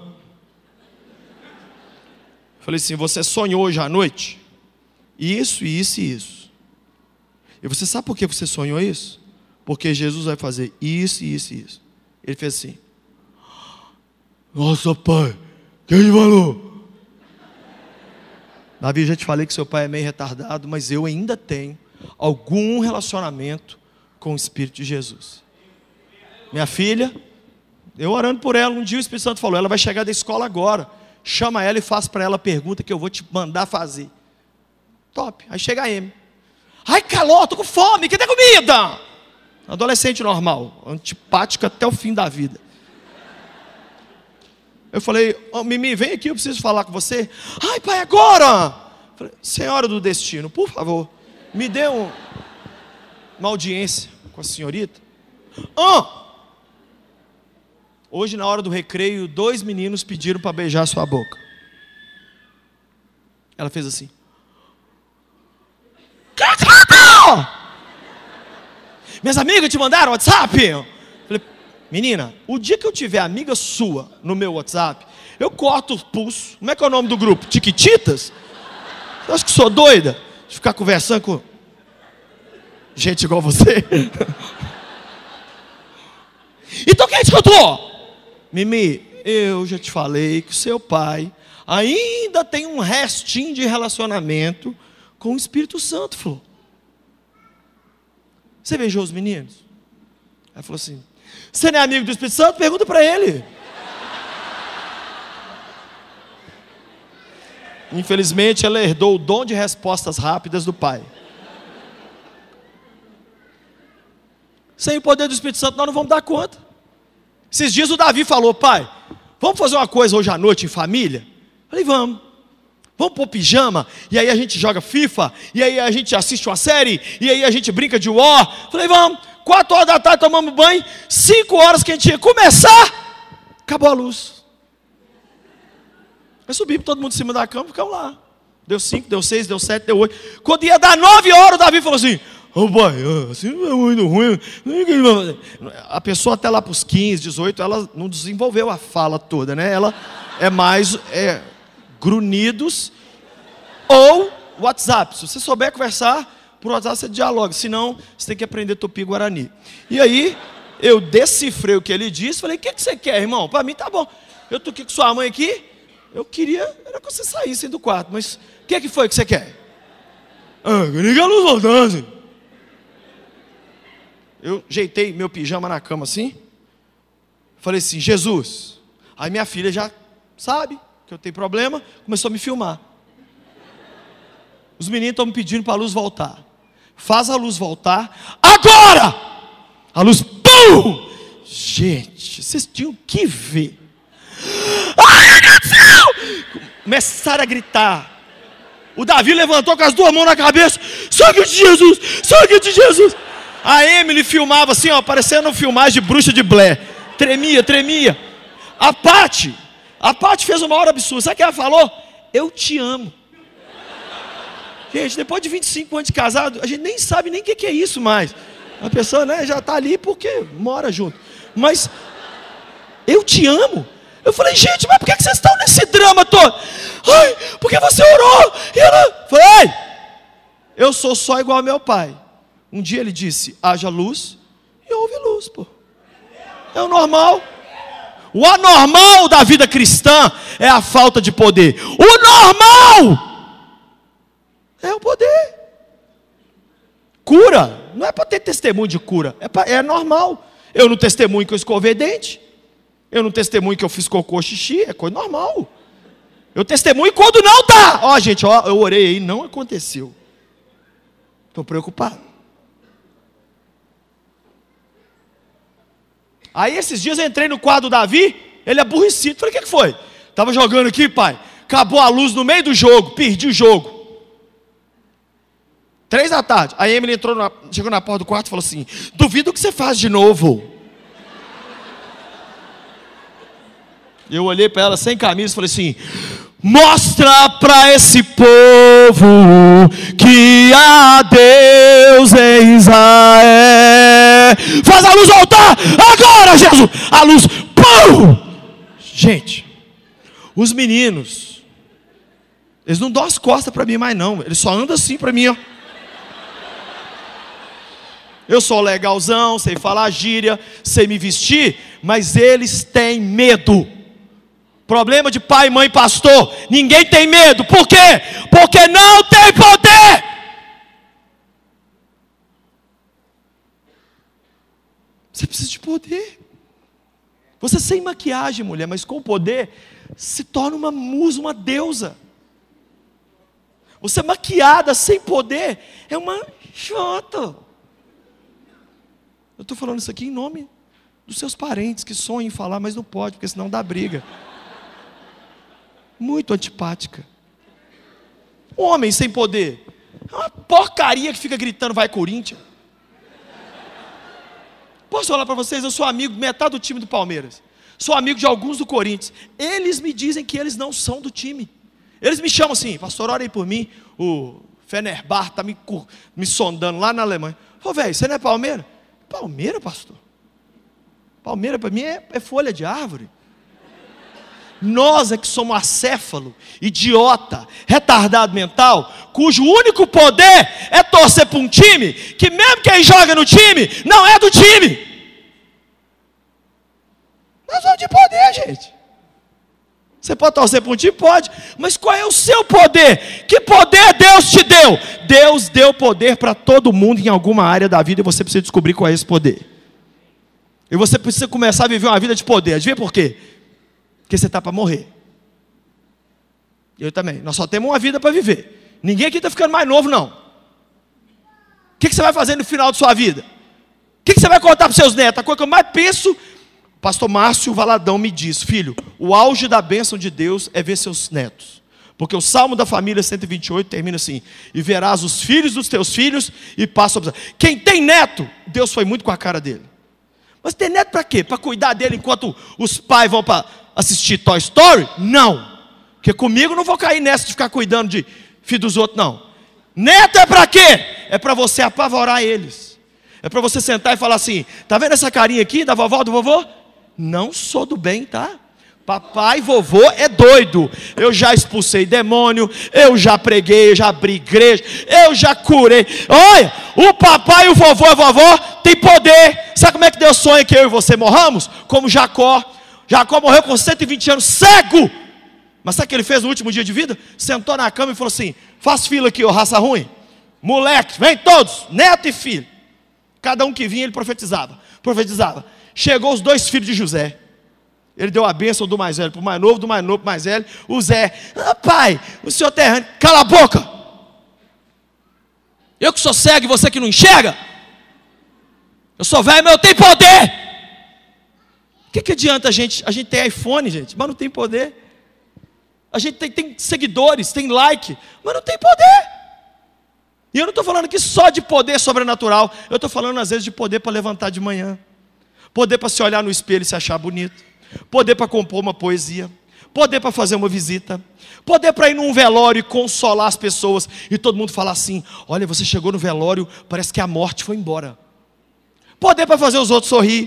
Falei assim, você sonhou hoje à noite? Isso, isso e isso. E você sabe por que você sonhou isso? Porque Jesus vai fazer isso, isso e isso. Ele fez assim. Nossa, pai, quem falou? Davi, já te falei que seu pai é meio retardado, mas eu ainda tenho algum relacionamento com o Espírito de Jesus. Minha filha, eu orando por ela, um dia o Espírito Santo falou, ela vai chegar da escola agora, chama ela e faz para ela a pergunta que eu vou te mandar fazer. Top, aí chega a Amy. Ai, calor, tô com fome, cadê comida? Adolescente normal, antipática até o fim da vida. Eu falei, oh, Mimi, vem aqui, eu preciso falar com você. Ai, pai, agora! Falei, Senhora do destino, por favor, me dê um, uma audiência com a senhorita. Ah! Hoje, na hora do recreio, dois meninos pediram para beijar sua boca. Ela fez assim. Minhas amigas te mandaram WhatsApp? Falei, menina, o dia que eu tiver amiga sua no meu WhatsApp, eu corto o pulso. Como é que é o nome do grupo? Tiquititas? Eu acho que sou doida de ficar conversando com gente igual você. Então quem te contou? Mimi, eu já te falei que o seu pai ainda tem um restinho de relacionamento com o Espírito Santo, Flor. Você beijou os meninos? Ela falou assim, você não é amigo do Espírito Santo? Pergunta para ele. Infelizmente, ela herdou o dom de respostas rápidas do pai. Sem o poder do Espírito Santo, nós não vamos dar conta. Esses dias o Davi falou, pai, vamos fazer uma coisa hoje à noite em família? Falei, vamos. Vamos pôr pijama, e aí a gente joga FIFA, e aí a gente assiste uma série, e aí a gente brinca de War. Falei, vamos. quatro horas da tarde tomamos banho, cinco horas que a gente ia começar, acabou a luz. Aí subimos todo mundo em cima da cama, ficamos lá. Deu cinco, deu seis, deu sete, deu oito. Quando ia dar nove horas, o Davi falou assim: ô pai, assim não é muito ruim. A pessoa até lá para os quinze, dezoito, ela não desenvolveu a fala toda, né? Ela é mais é, grunhidos ou WhatsApp. Se você souber conversar, por WhatsApp você dialoga. Senão, você tem que aprender Tupi-Guarani. E aí, eu decifrei o que ele disse. Falei: o que, que você quer, irmão? Para mim tá bom. Eu tô aqui com sua mãe aqui. Eu queria, era que você saísse do quarto. Mas o que, que foi que você quer? Ah, eu queria que a luz voltasse. Eu ajeitei meu pijama na cama assim. Falei assim: Jesus. Aí minha filha já sabe que eu tenho problema. Começou a me filmar. Os meninos estão me pedindo para a luz voltar. Faz a luz voltar. Agora! A luz, pum! Gente, vocês tinham que ver. Ai, meu Deus! Começaram a gritar. O Davi levantou com as duas mãos na cabeça. Sangue de Jesus! Sangue de Jesus! A Emily filmava assim, ó, parecendo filmagem de bruxa de Blair. Tremia, tremia. A Paty, a Paty fez uma hora absurda. Sabe o que ela falou? Eu te amo. Gente, depois de vinte e cinco anos de casado, a gente nem sabe nem o que, que é isso mais. A pessoa, né, já está ali porque mora junto. Mas, eu te amo. Eu falei: gente, mas por que, que vocês estão nesse drama todo? Ai, porque você orou. E ela, falei: eu sou só igual ao meu pai. Um dia ele disse: haja luz, e houve luz, pô. É o normal. O anormal da vida cristã é a falta de poder. O normal é o poder. Cura, não é para ter testemunho de cura, é, pra, é normal. Eu não testemunho que eu escovei dente. Eu não testemunho que eu fiz cocô, xixi, é coisa normal. Eu testemunho quando não dá. Ó, gente, ó, eu orei aí, não aconteceu. Estou preocupado. Aí esses dias eu entrei no quarto do Davi, ele aborrecido. Falei: o que, que foi? Estava jogando aqui, pai. Acabou a luz no meio do jogo, perdi o jogo. Três da tarde. Aí a Emily entrou na, chegou na porta do quarto e falou assim: duvido que você faz de novo. Eu olhei para ela sem camisa e falei assim: mostra para esse povo que há Deus em Israel. Faz a luz voltar agora, Jesus. A luz, pum! Gente, os meninos, eles não dão as costas para mim mais não. Eles só andam assim para mim, ó. Eu sou legalzão, sei falar gíria, sei me vestir, mas eles têm medo. Problema de pai, mãe, pastor. Ninguém tem medo. Por quê? Porque não tem poder. Você precisa de poder. Você sem maquiagem, mulher, mas com poder, se torna uma musa, uma deusa. Você maquiada sem poder é uma chota. Eu estou falando isso aqui em nome dos seus parentes que sonham em falar, mas não pode, porque senão dá briga. Muito antipática. Um homem sem poder é uma porcaria que fica gritando: vai Corinthians. Posso falar para vocês? Eu sou amigo, metade do time do Palmeiras. Sou amigo de alguns do Corinthians. Eles me dizem que eles não são do time. Eles me chamam assim: pastor, ora aí por mim. O Fenerbahçe está me, me sondando lá na Alemanha. Ô, velho, você não é Palmeiras? Palmeiras, pastor? Palmeiras para mim é, é folha de árvore. Nós é que somos acéfalo, idiota, retardado mental, cujo único poder é torcer para um time, que mesmo quem joga no time, não é do time. Nós somos de poder, gente. Você pode torcer para um time? Pode. Mas qual é o seu poder? Que poder Deus te deu? Deus deu poder para todo mundo em alguma área da vida, e você precisa descobrir qual é esse poder. E você precisa começar a viver uma vida de poder. Adivinha por quê? Porque você está para morrer. Eu também. Nós só temos uma vida para viver. Ninguém aqui está ficando mais novo, não. O que, que você vai fazer no final de sua vida? O que, que você vai contar para os seus netos? A coisa que eu mais penso, o pastor Márcio Valadão me diz: filho, o auge da bênção de Deus é ver seus netos. Porque o Salmo da família cento e vinte e oito termina assim: e verás os filhos dos teus filhos e passa a... Quem tem neto, Deus foi muito com a cara dele. Mas tem neto para quê? Para cuidar dele enquanto os pais vão para assistir Toy Story? Não. Porque comigo não vou cair nessa de ficar cuidando de filho dos outros, não. Neto é para quê? É para você apavorar eles. É para você sentar e falar assim: tá vendo essa carinha aqui da vovó, do vovô? Não sou do bem, tá? Papai e vovô é doido. Eu já expulsei demônio, eu já preguei, eu já abri igreja, eu já curei. Olha, o papai, o vovô e a vovó tem poder. Sabe como é que Deus sonha que eu e você morramos? Como Jacó. Jacó morreu com cento e vinte anos, cego. Mas sabe o que ele fez no último dia de vida? Sentou na cama e falou assim: faz fila aqui, ô raça ruim. Moleque, vem todos, neto e filho. Cada um que vinha ele profetizava. Profetizava. Chegou os dois filhos de José. Ele deu a bênção do mais velho para o mais novo, do mais novo para o mais velho. O Zé: ah, pai, o senhor terreno, cala a boca. Eu que sou cego e você que não enxerga. Eu sou velho, mas eu tenho poder. O que, que adianta a gente? A gente tem iPhone, gente, mas não tem poder. A gente tem, tem seguidores, tem like, mas não tem poder. E eu não estou falando aqui só de poder sobrenatural. Eu estou falando às vezes de poder para levantar de manhã. Poder para se olhar no espelho e se achar bonito. Poder para compor uma poesia. Poder para fazer uma visita. Poder para ir num velório e consolar as pessoas. E todo mundo falar assim: olha, você chegou no velório, parece que a morte foi embora. Poder para fazer os outros sorrir.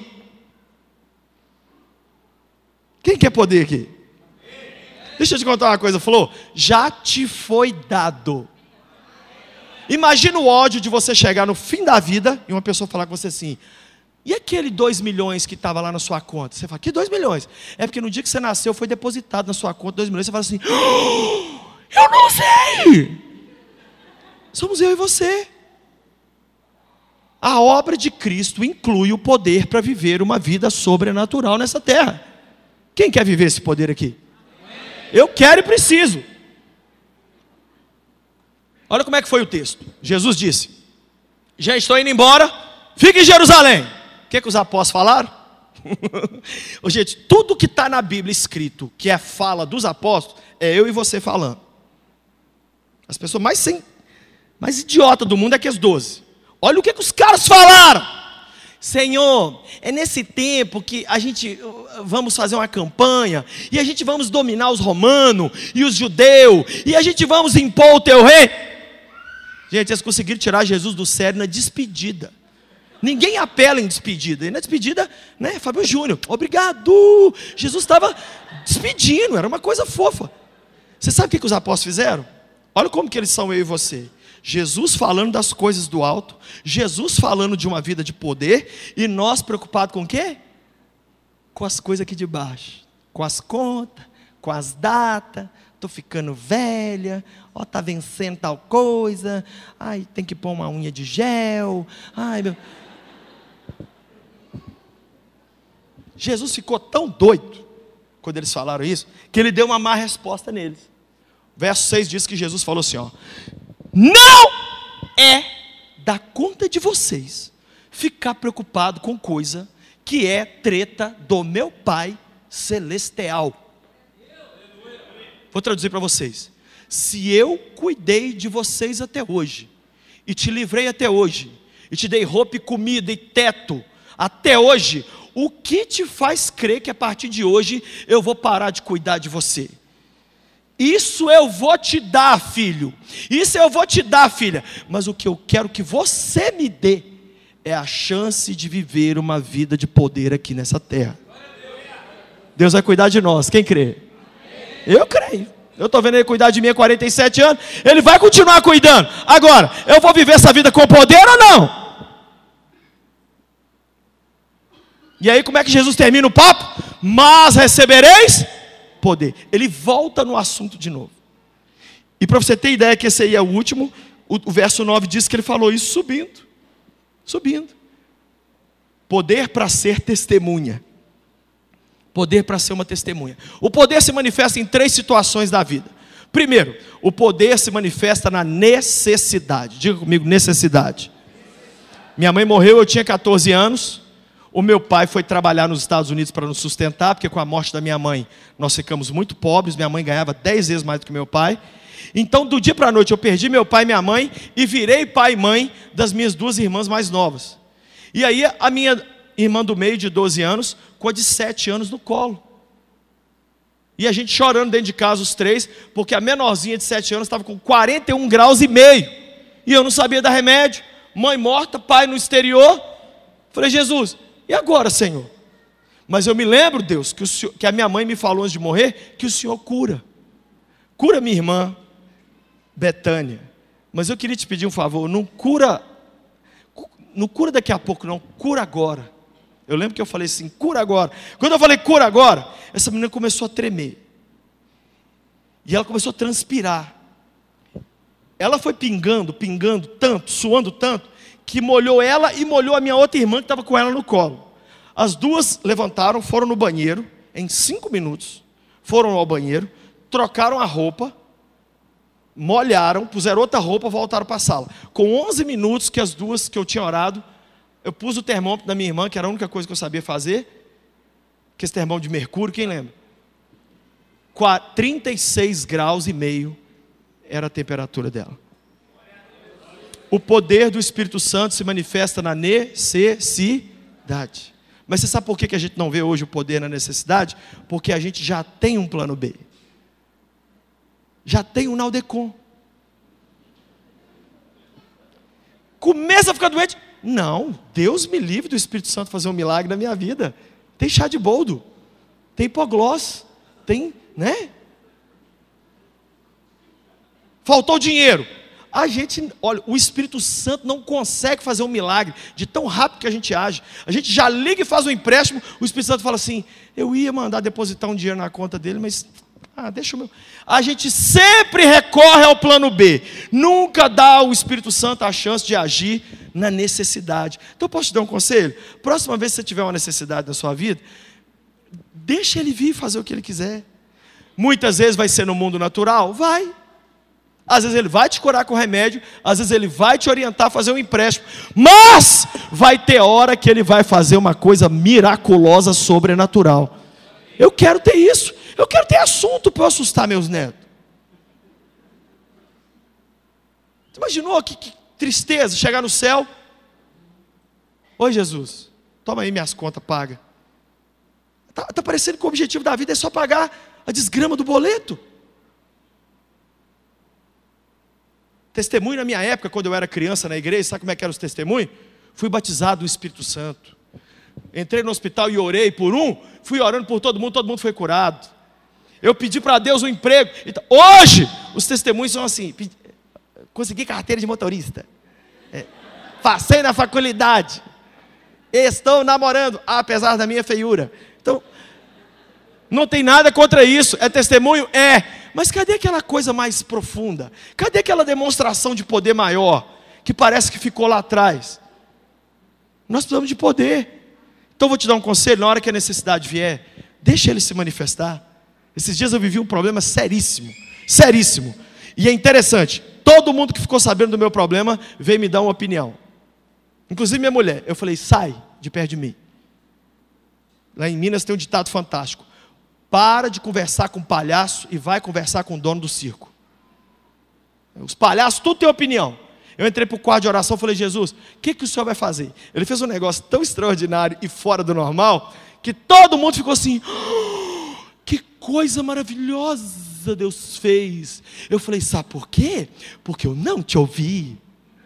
Quem quer poder aqui? Deixa eu te contar uma coisa. Falou: já te foi dado. Imagina o ódio de você chegar no fim da vida e uma pessoa falar com você assim: e aquele dois milhões que estava lá na sua conta? Você fala: que dois milhões? É porque no dia que você nasceu foi depositado na sua conta dois milhões. Você fala assim: oh, eu não sei. Somos eu e você. A obra de Cristo inclui o poder para viver uma vida sobrenatural nessa terra. Quem quer viver esse poder aqui? Eu quero e preciso. Olha como é que foi o texto. Jesus disse: já estou indo embora, fique em Jerusalém. O que, que os apóstolos falaram? Ô, gente, tudo que está na Bíblia escrito, que é fala dos apóstolos, é eu e você falando. As pessoas mais, sem, mais idiotas do mundo é que as doze. Olha o que, que os caras falaram. Senhor, é nesse tempo que a gente vamos fazer uma campanha, e a gente vamos dominar os romanos e os judeus, e a gente vamos impor o teu rei. Gente, eles conseguiram tirar Jesus do sério na despedida. Ninguém apela em despedida. E na despedida, né, Fábio Júnior, obrigado. Jesus estava despedindo, era uma coisa fofa. Você sabe o que, que os apóstolos fizeram? Olha como que eles são, eu e você. Jesus falando das coisas do alto, Jesus falando de uma vida de poder, e nós preocupados com o quê? Com as coisas aqui de baixo, com as contas, com as datas. Estou ficando velha, ó, está vencendo tal coisa, ai, tem que pôr uma unha de gel, ai, meu... Jesus ficou tão doido, quando eles falaram isso, que ele deu uma má resposta neles. Verso seis diz que Jesus falou assim, ó: não é da conta de vocês ficar preocupado com coisa que é treta do meu Pai Celestial. Vou traduzir para vocês. Se eu cuidei de vocês até hoje, e te livrei até hoje, e te dei roupa e comida e teto até hoje, o que te faz crer que a partir de hoje eu vou parar de cuidar de você? Isso eu vou te dar, filho. Isso eu vou te dar, filha. Mas o que eu quero que você me dê é a chance de viver uma vida de poder aqui nessa terra. Deus vai cuidar de nós, quem crê? Eu creio. Eu estou vendo ele cuidar de mim há quarenta e sete anos. Ele vai continuar cuidando. Agora, eu vou viver essa vida com poder ou não? E aí como é que Jesus termina o papo? Mas recebereis poder. Ele volta no assunto de novo. E para você ter ideia que esse aí é o último, o, o verso nove diz que ele falou isso subindo. Subindo. Poder para ser testemunha. Poder para ser uma testemunha. O poder se manifesta em três situações da vida. Primeiro, o poder se manifesta na necessidade. Diga comigo, necessidade. Minha mãe morreu, eu tinha catorze anos. O meu pai foi trabalhar nos Estados Unidos para nos sustentar, porque com a morte da minha mãe, nós ficamos muito pobres. Minha mãe ganhava dez vezes mais do que meu pai. Então, do dia para a noite, eu perdi meu pai e minha mãe e virei pai e mãe das minhas duas irmãs mais novas. E aí, a minha irmã do meio, de doze anos, com a de sete anos no colo. E a gente chorando dentro de casa, os três, porque a menorzinha de sete anos estava com quarenta e um graus e meio. E eu não sabia dar remédio. Mãe morta, pai no exterior. Falei, Jesus, e agora, Senhor? Mas eu me lembro, Deus, que, o Senhor, que a minha mãe me falou antes de morrer, que o Senhor cura. Cura minha irmã, Betânia. Mas eu queria te pedir um favor, não cura, não cura daqui a pouco não, cura agora. Eu lembro que eu falei assim, cura agora. Quando eu falei cura agora, essa menina começou a tremer. E ela começou a transpirar. Ela foi pingando, pingando tanto, suando tanto, que molhou ela e molhou a minha outra irmã que estava com ela no colo. As duas levantaram, foram no banheiro, em cinco minutos, foram ao banheiro, trocaram a roupa, molharam, puseram outra roupa, voltaram para a sala. Com onze minutos que as duas que eu tinha orado, eu pus o termômetro da minha irmã, que era a única coisa que eu sabia fazer, que esse termômetro de mercúrio, quem lembra? trinta e seis graus e meio era a temperatura dela. O poder do Espírito Santo se manifesta na necessidade. Mas você sabe por que a gente não vê hoje o poder na necessidade? Porque a gente já tem um plano B. Já tem um Naldecon. Começa a ficar doente. Não, Deus me livre do Espírito Santo fazer um milagre na minha vida. Tem chá de boldo, tem hipoglós, tem, né? Faltou dinheiro. A gente, olha, o Espírito Santo não consegue fazer um milagre de tão rápido que a gente age. A gente já liga e faz um empréstimo, o Espírito Santo fala assim, eu ia mandar depositar um dinheiro na conta dele, mas, ah, deixa o meu... A gente sempre recorre ao plano B, nunca dá ao Espírito Santo a chance de agir na necessidade. Então, posso te dar um conselho? Próxima vez que você tiver uma necessidade na sua vida, deixa ele vir fazer o que ele quiser. Muitas vezes vai ser no mundo natural, vai. Às vezes ele vai te curar com remédio, às vezes ele vai te orientar a fazer um empréstimo, mas vai ter hora que ele vai fazer uma coisa miraculosa, sobrenatural. Eu quero ter isso, eu quero ter assunto para eu assustar meus netos. Você imaginou que, que tristeza, chegar no céu? Oi Jesus, toma aí minhas contas, paga. Está tá parecendo que o objetivo da vida é só pagar a desgrama do boleto. Testemunho na minha época, quando eu era criança na igreja, sabe como é que eram os testemunhos? Fui batizado no Espírito Santo. Entrei no hospital e orei por um, fui orando por todo mundo, todo mundo foi curado. Eu pedi para Deus um emprego. Então, hoje, os testemunhos são assim, pedi, consegui carteira de motorista. É, passei na faculdade. Estou namorando, apesar da minha feiura. Então, não tem nada contra isso. É testemunho? É. Mas cadê aquela coisa mais profunda? Cadê aquela demonstração de poder maior? Que parece que ficou lá atrás. Nós precisamos de poder. Então vou te dar um conselho, na hora que a necessidade vier, deixa ele se manifestar. Esses dias eu vivi um problema seríssimo. Seríssimo. E é interessante, todo mundo que ficou sabendo do meu problema, veio me dar uma opinião. Inclusive minha mulher. Eu falei, sai de perto de mim. Lá em Minas tem um ditado fantástico. Para de conversar com palhaço e vai conversar com o dono do circo. Os palhaços, tudo tem opinião. Eu entrei para o quarto de oração e falei, Jesus, o que, que o Senhor vai fazer? Ele fez um negócio tão extraordinário e fora do normal, que todo mundo ficou assim, oh, que coisa maravilhosa Deus fez. Eu falei, sabe por quê? Porque eu não te ouvi.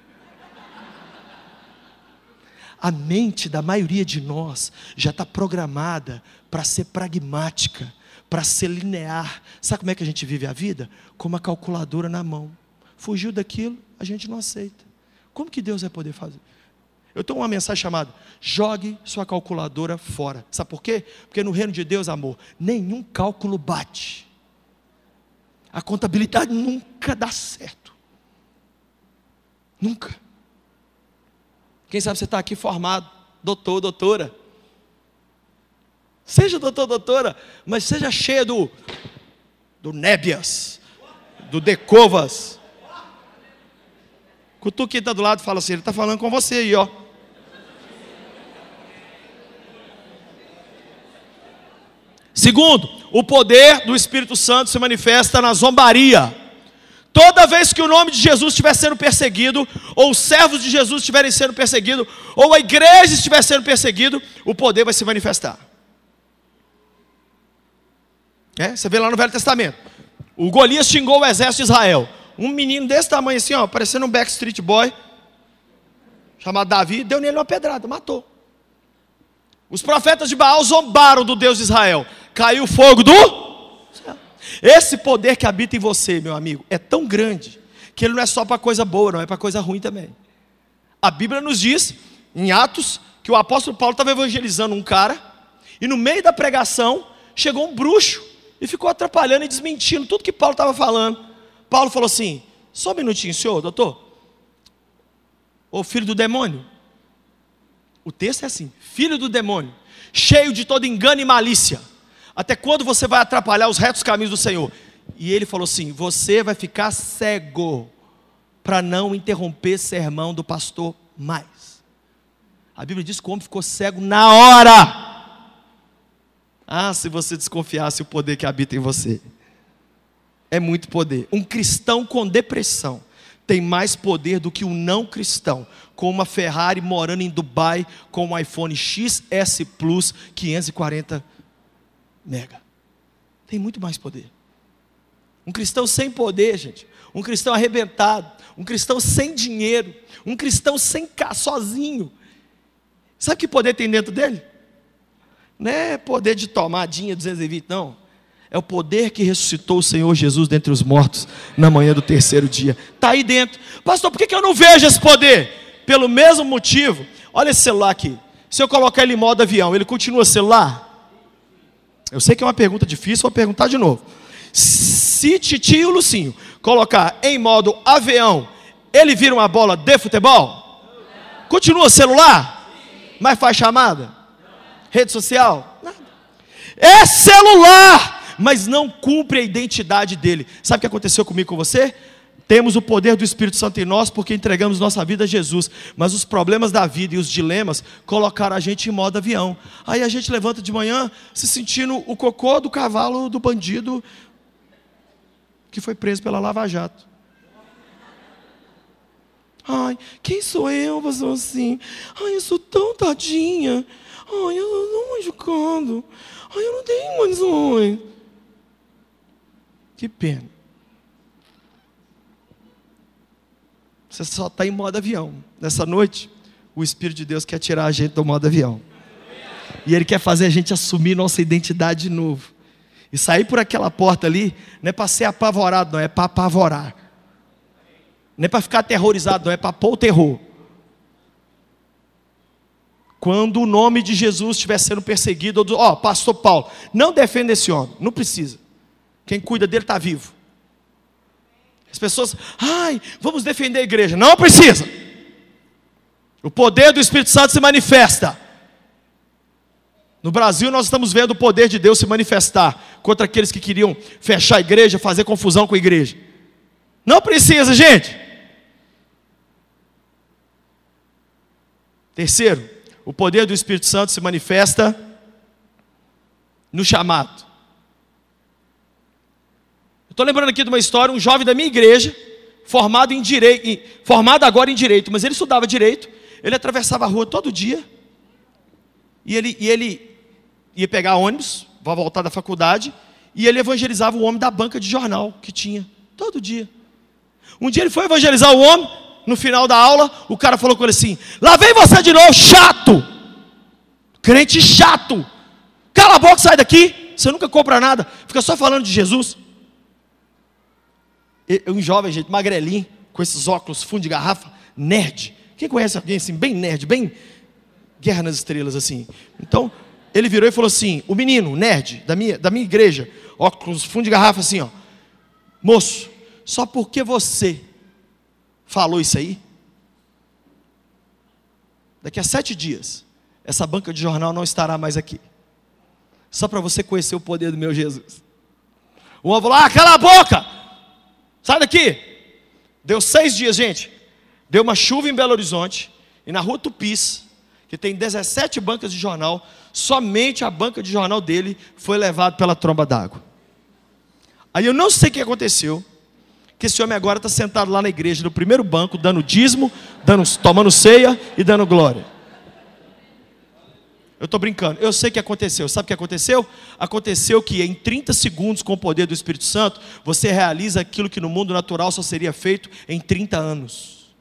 A mente da maioria de nós já está programada para ser pragmática, para ser linear. Sabe como é que a gente vive a vida? Com uma calculadora na mão. Fugiu daquilo, a gente não aceita. Como que Deus vai poder fazer? Eu tenho uma mensagem chamada, jogue sua calculadora fora. Sabe por quê? Porque no reino de Deus, amor, nenhum cálculo bate. A contabilidade nunca dá certo. Nunca. Quem sabe você está aqui formado, doutor, doutora. Seja doutor, doutora, mas seja cheia do, do Nébias, do Decovas. Cutuca quem está do lado e fala assim, ele está falando com você aí, ó. Segundo, o poder do Espírito Santo se manifesta na zombaria. Toda vez que o nome de Jesus estiver sendo perseguido, ou os servos de Jesus estiverem sendo perseguidos, ou a igreja estiver sendo perseguida, o poder vai se manifestar. É, você vê lá no Velho Testamento, o Golias xingou o exército de Israel. Um menino desse tamanho assim, ó, parecendo um Backstreet Boy, chamado Davi, deu nele uma pedrada, matou. Os profetas de Baal zombaram do Deus de Israel. Caiu o fogo do céu. Esse poder que habita em você, meu amigo, é tão grande, que ele não é só para coisa boa, não é para coisa ruim também. A Bíblia nos diz, em Atos, que o apóstolo Paulo estava evangelizando um cara, e no meio da pregação, chegou um bruxo, e ficou atrapalhando e desmentindo tudo que Paulo estava falando. Paulo falou assim, só um minutinho, senhor, doutor. Ô filho do demônio. O texto é assim, filho do demônio, cheio de todo engano e malícia. Até quando você vai atrapalhar os retos caminhos do Senhor? E ele falou assim, você vai ficar cego, para não interromper sermão do pastor mais. A Bíblia diz que o homem ficou cego na hora. Ah, se você desconfiasse o poder que habita em você. É muito poder. Um cristão com depressão tem mais poder do que um não cristão com uma Ferrari morando em Dubai com um iPhone X S Plus quinhentos e quarenta mega. Tem muito mais poder. Um cristão sem poder, gente, um cristão arrebentado, um cristão sem dinheiro, um cristão sem casa, sozinho. Sabe que poder tem dentro dele? Não é poder de tomadinha duzentos e vinte, não. É o poder que ressuscitou o Senhor Jesus dentre os mortos na manhã do terceiro dia. Está aí dentro. Pastor, por que eu não vejo esse poder? Pelo mesmo motivo. Olha esse celular aqui. Se eu colocar ele em modo avião, ele continua celular? Eu sei que é uma pergunta difícil, vou perguntar de novo. Se Titi e o Lucinho colocar em modo avião, ele vira uma bola de futebol? Continua celular? Mas faz chamada? Rede social? Nada. É celular, mas não cumpre a identidade dele. Sabe o que aconteceu comigo e com você? Temos o poder do Espírito Santo em nós porque entregamos nossa vida a Jesus. Mas os problemas da vida e os dilemas colocaram a gente em modo avião. Aí a gente levanta de manhã se sentindo o cocô do cavalo do bandido que foi preso pela Lava Jato. Ai, quem sou eu, pastor, assim? Ai, eu sou tão tadinha. Ai, eu não estou machucando. Ai, eu não tenho condições. Que pena. Você só está em modo avião. Nessa noite, o Espírito de Deus quer tirar a gente do modo avião. E Ele quer fazer a gente assumir nossa identidade de novo. E sair por aquela porta ali, não é para ser apavorado, não, é para apavorar. Não é para ficar aterrorizado, não, é para pôr o terror. Quando o nome de Jesus estiver sendo perseguido, ó, oh, pastor Paulo, não defenda esse homem, não precisa. Quem cuida dele está vivo. As pessoas, ai, vamos defender a igreja. Não precisa. O poder do Espírito Santo se manifesta. No Brasil nós estamos vendo o poder de Deus se manifestar contra aqueles que queriam fechar a igreja, fazer confusão com a igreja. Não precisa, gente. Terceiro, o poder do Espírito Santo se manifesta no chamado. Eu estou lembrando aqui de uma história, um jovem da minha igreja, formado em direito, formado agora em direito, mas ele estudava direito, ele atravessava a rua todo dia, e ele, e ele ia pegar ônibus, para voltar da faculdade, e ele evangelizava o homem da banca de jornal que tinha, todo dia. Um dia ele foi evangelizar o homem, no final da aula, o cara falou com ele assim, lá vem você de novo, chato, crente chato, cala a boca, sai daqui, você nunca compra nada, fica só falando de Jesus. Eu, um jovem, gente, magrelinho, com esses óculos, fundo de garrafa, nerd. Quem conhece alguém assim, bem nerd, bem Guerra nas Estrelas, assim? Então, ele virou e falou assim, o menino, nerd, da minha, da minha igreja, óculos, fundo de garrafa, assim, ó. Moço, só porque você falou isso aí, daqui a sete dias, essa banca de jornal não estará mais aqui. Só para você conhecer o poder do meu Jesus. O homem falou, ah, cala a boca! Sai daqui! Deu seis dias, gente. Deu uma chuva em Belo Horizonte, e na rua Tupis, que tem dezessete bancas de jornal, somente a banca de jornal dele foi levada pela tromba d'água. Aí eu não sei o que aconteceu, que esse homem agora está sentado lá na igreja, no primeiro banco, dando dízimo, dando, tomando ceia e dando glória. Eu estou brincando, eu sei o que aconteceu. Sabe o que aconteceu? Aconteceu que em trinta segundos, com o poder do Espírito Santo, você realiza aquilo que no mundo natural só seria feito em trinta anos.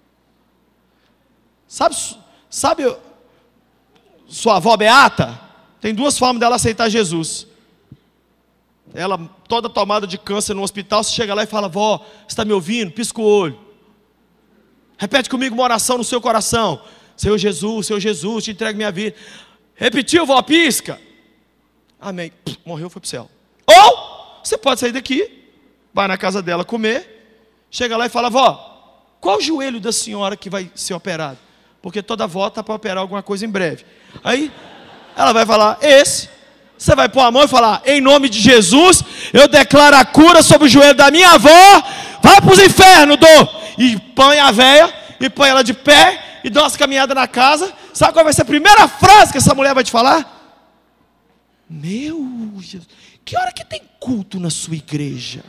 Sabe, sabe sua avó Beata? Tem duas formas dela aceitar Jesus. Ela toda tomada de câncer no hospital, você chega lá e fala: vó, você está me ouvindo? Pisca o olho. Repete comigo uma oração no seu coração: Senhor Jesus, Senhor Jesus, te entrego minha vida. Repetiu, vó, pisca. Amém. Morreu, foi para o céu. Ou você pode sair daqui, vai na casa dela comer, chega lá e fala: vó, qual o joelho da senhora que vai ser operado? Porque toda avó está para operar alguma coisa em breve. Aí ela vai falar: esse. Você vai pôr a mão e falar: em nome de Jesus, eu declaro a cura sobre o joelho da minha avó. Vai para os infernos, dou. E põe a véia, e põe ela de pé, e dá umas caminhadas na casa. Sabe qual vai ser a primeira frase que essa mulher vai te falar? Meu Jesus, que hora que tem culto na sua igreja?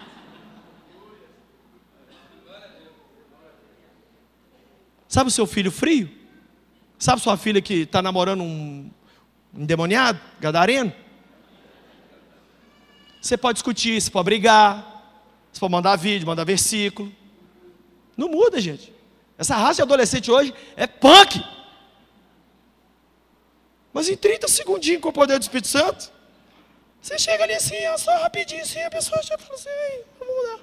Sabe o seu filho frio? Sabe sua filha que está namorando um endemoniado, gadareno? Você pode discutir, você pode brigar, você pode mandar vídeo, mandar versículo. Não muda, gente. Essa raça de adolescente hoje é punk. Mas em trinta segundinhos, com o poder do Espírito Santo, você chega ali assim, ó, só rapidinho assim, a pessoa já fala assim: ei, vamos mudar.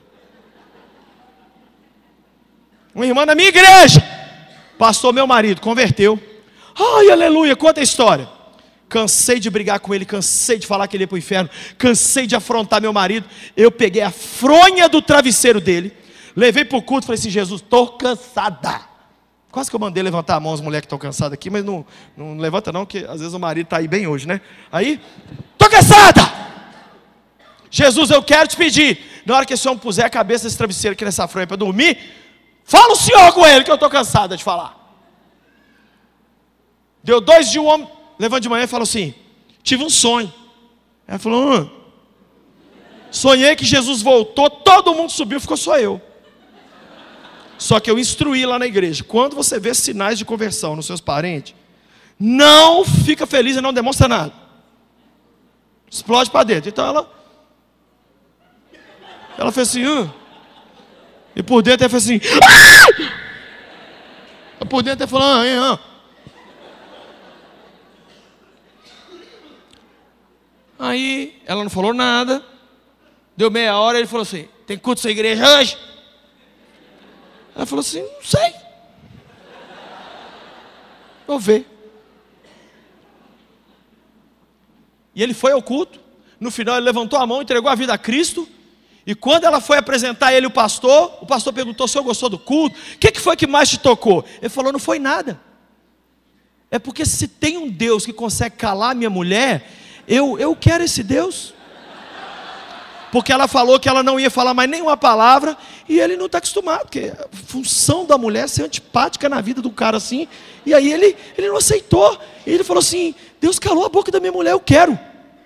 Uma irmã da minha igreja, pastor, meu marido, converteu. Ai, aleluia, conta a história. Cansei de brigar com ele, cansei de falar que ele ia para o inferno, cansei de afrontar meu marido. Eu peguei a fronha do travesseiro dele, levei para o culto e falei assim: Jesus, estou cansada. Quase que eu mandei levantar a mão as mulheres que estão cansadas aqui, mas não, não levanta não, porque às vezes o marido está aí bem hoje, né? Aí, estou cansada. Jesus, eu quero te pedir, na hora que esse homem puser a cabeça desse travesseiro aqui nessa fronha para dormir, fala o senhor com ele, que eu estou cansada de falar. Deu dois dias, o homem levanta de manhã e fala assim: tive um sonho. Ela falou: hum. Sonhei que Jesus voltou, todo mundo subiu, ficou só eu. Só que eu instruí lá na igreja: quando você vê sinais de conversão nos seus parentes, não fica feliz e não demonstra nada. Explode para dentro. Então ela Ela fez assim, hum. E por dentro ela fez assim, ah! Por dentro ela falou, ah, hein, ah. Aí ela não falou nada. Deu meia hora, ele falou assim: tem culto na igreja hoje? Ela falou assim: não sei. Vou ver. E ele foi ao culto. No final ele levantou a mão, entregou a vida a Cristo. E quando ela foi apresentar ele o pastor, o pastor perguntou: o senhor gostou do culto? O que, que foi que mais te tocou? Ele falou: não foi nada. É porque se tem um Deus que consegue calar minha mulher, eu, eu quero esse Deus. Porque ela falou que ela não ia falar mais nenhuma palavra, e ele não está acostumado, porque a função da mulher é ser antipática na vida do cara assim. E aí ele, ele não aceitou. E ele falou assim: Deus calou a boca da minha mulher, eu quero.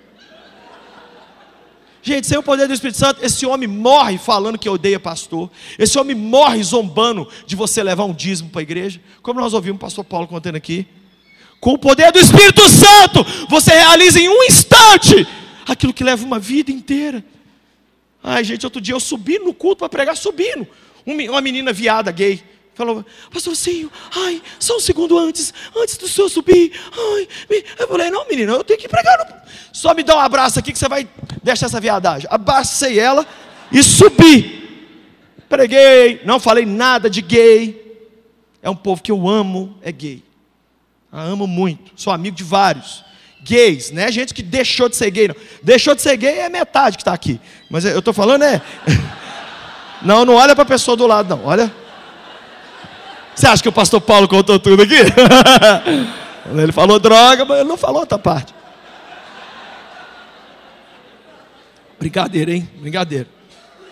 Gente, sem o poder do Espírito Santo, esse homem morre falando que odeia pastor. Esse homem morre zombando de você levar um dízimo para a igreja. Como nós ouvimos o pastor Paulo contando aqui. Com o poder do Espírito Santo, você realiza em um instante aquilo que leva uma vida inteira. Ai, gente, outro dia eu subi no culto para pregar, subindo. Uma menina viada, gay, falou: pastorzinho, ai, só um segundo antes, antes do senhor subir. Ai, me... Eu falei: não, menina, eu tenho que pregar. No... Só me dá um abraço aqui que você vai deixar essa viadagem. Abracei ela e subi. Preguei, não falei nada de gay. É um povo que eu amo, é gay. Eu amo muito, sou amigo de vários gays, não é gente que deixou de ser gay, não. Deixou de ser gay é metade que está aqui. Mas eu estou falando é... Não, não olha para a pessoa do lado, não. Olha. Você acha que o pastor Paulo contou tudo aqui? Ele falou droga, mas ele não falou outra parte. Brincadeira, hein? Brincadeira.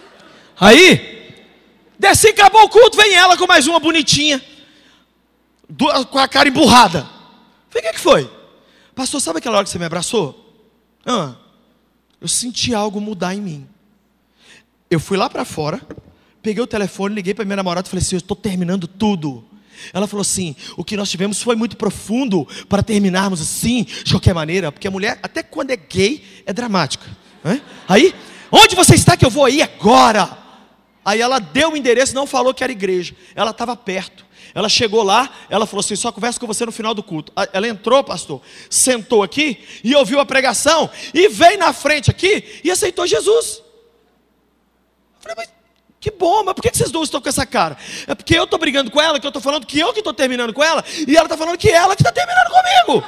Aí, desci, acabou o culto, vem ela com mais uma bonitinha. com a cara emburrada. Falei, o que foi? Pastor, sabe aquela hora que você me abraçou? Ah, eu senti algo mudar em mim. Eu fui lá para fora, peguei o telefone, liguei para minha namorada e falei assim, eu estou terminando tudo. Ela falou assim, o que nós tivemos foi muito profundo para terminarmos assim, de qualquer maneira, porque a mulher, até quando é gay, é dramática. Né? Aí, onde você está que eu vou aí agora? Aí ela deu o endereço, não falou que era igreja, ela estava perto. Ela chegou lá, ela falou assim, só converso com você no final do culto. Ela entrou, pastor, sentou aqui e ouviu a pregação, e veio na frente aqui e aceitou Jesus. Eu falei, mas que bom, mas por que vocês dois estão com essa cara? É porque eu estou brigando com ela, que eu estou falando que eu que estou terminando com ela, e ela está falando que ela que está terminando comigo.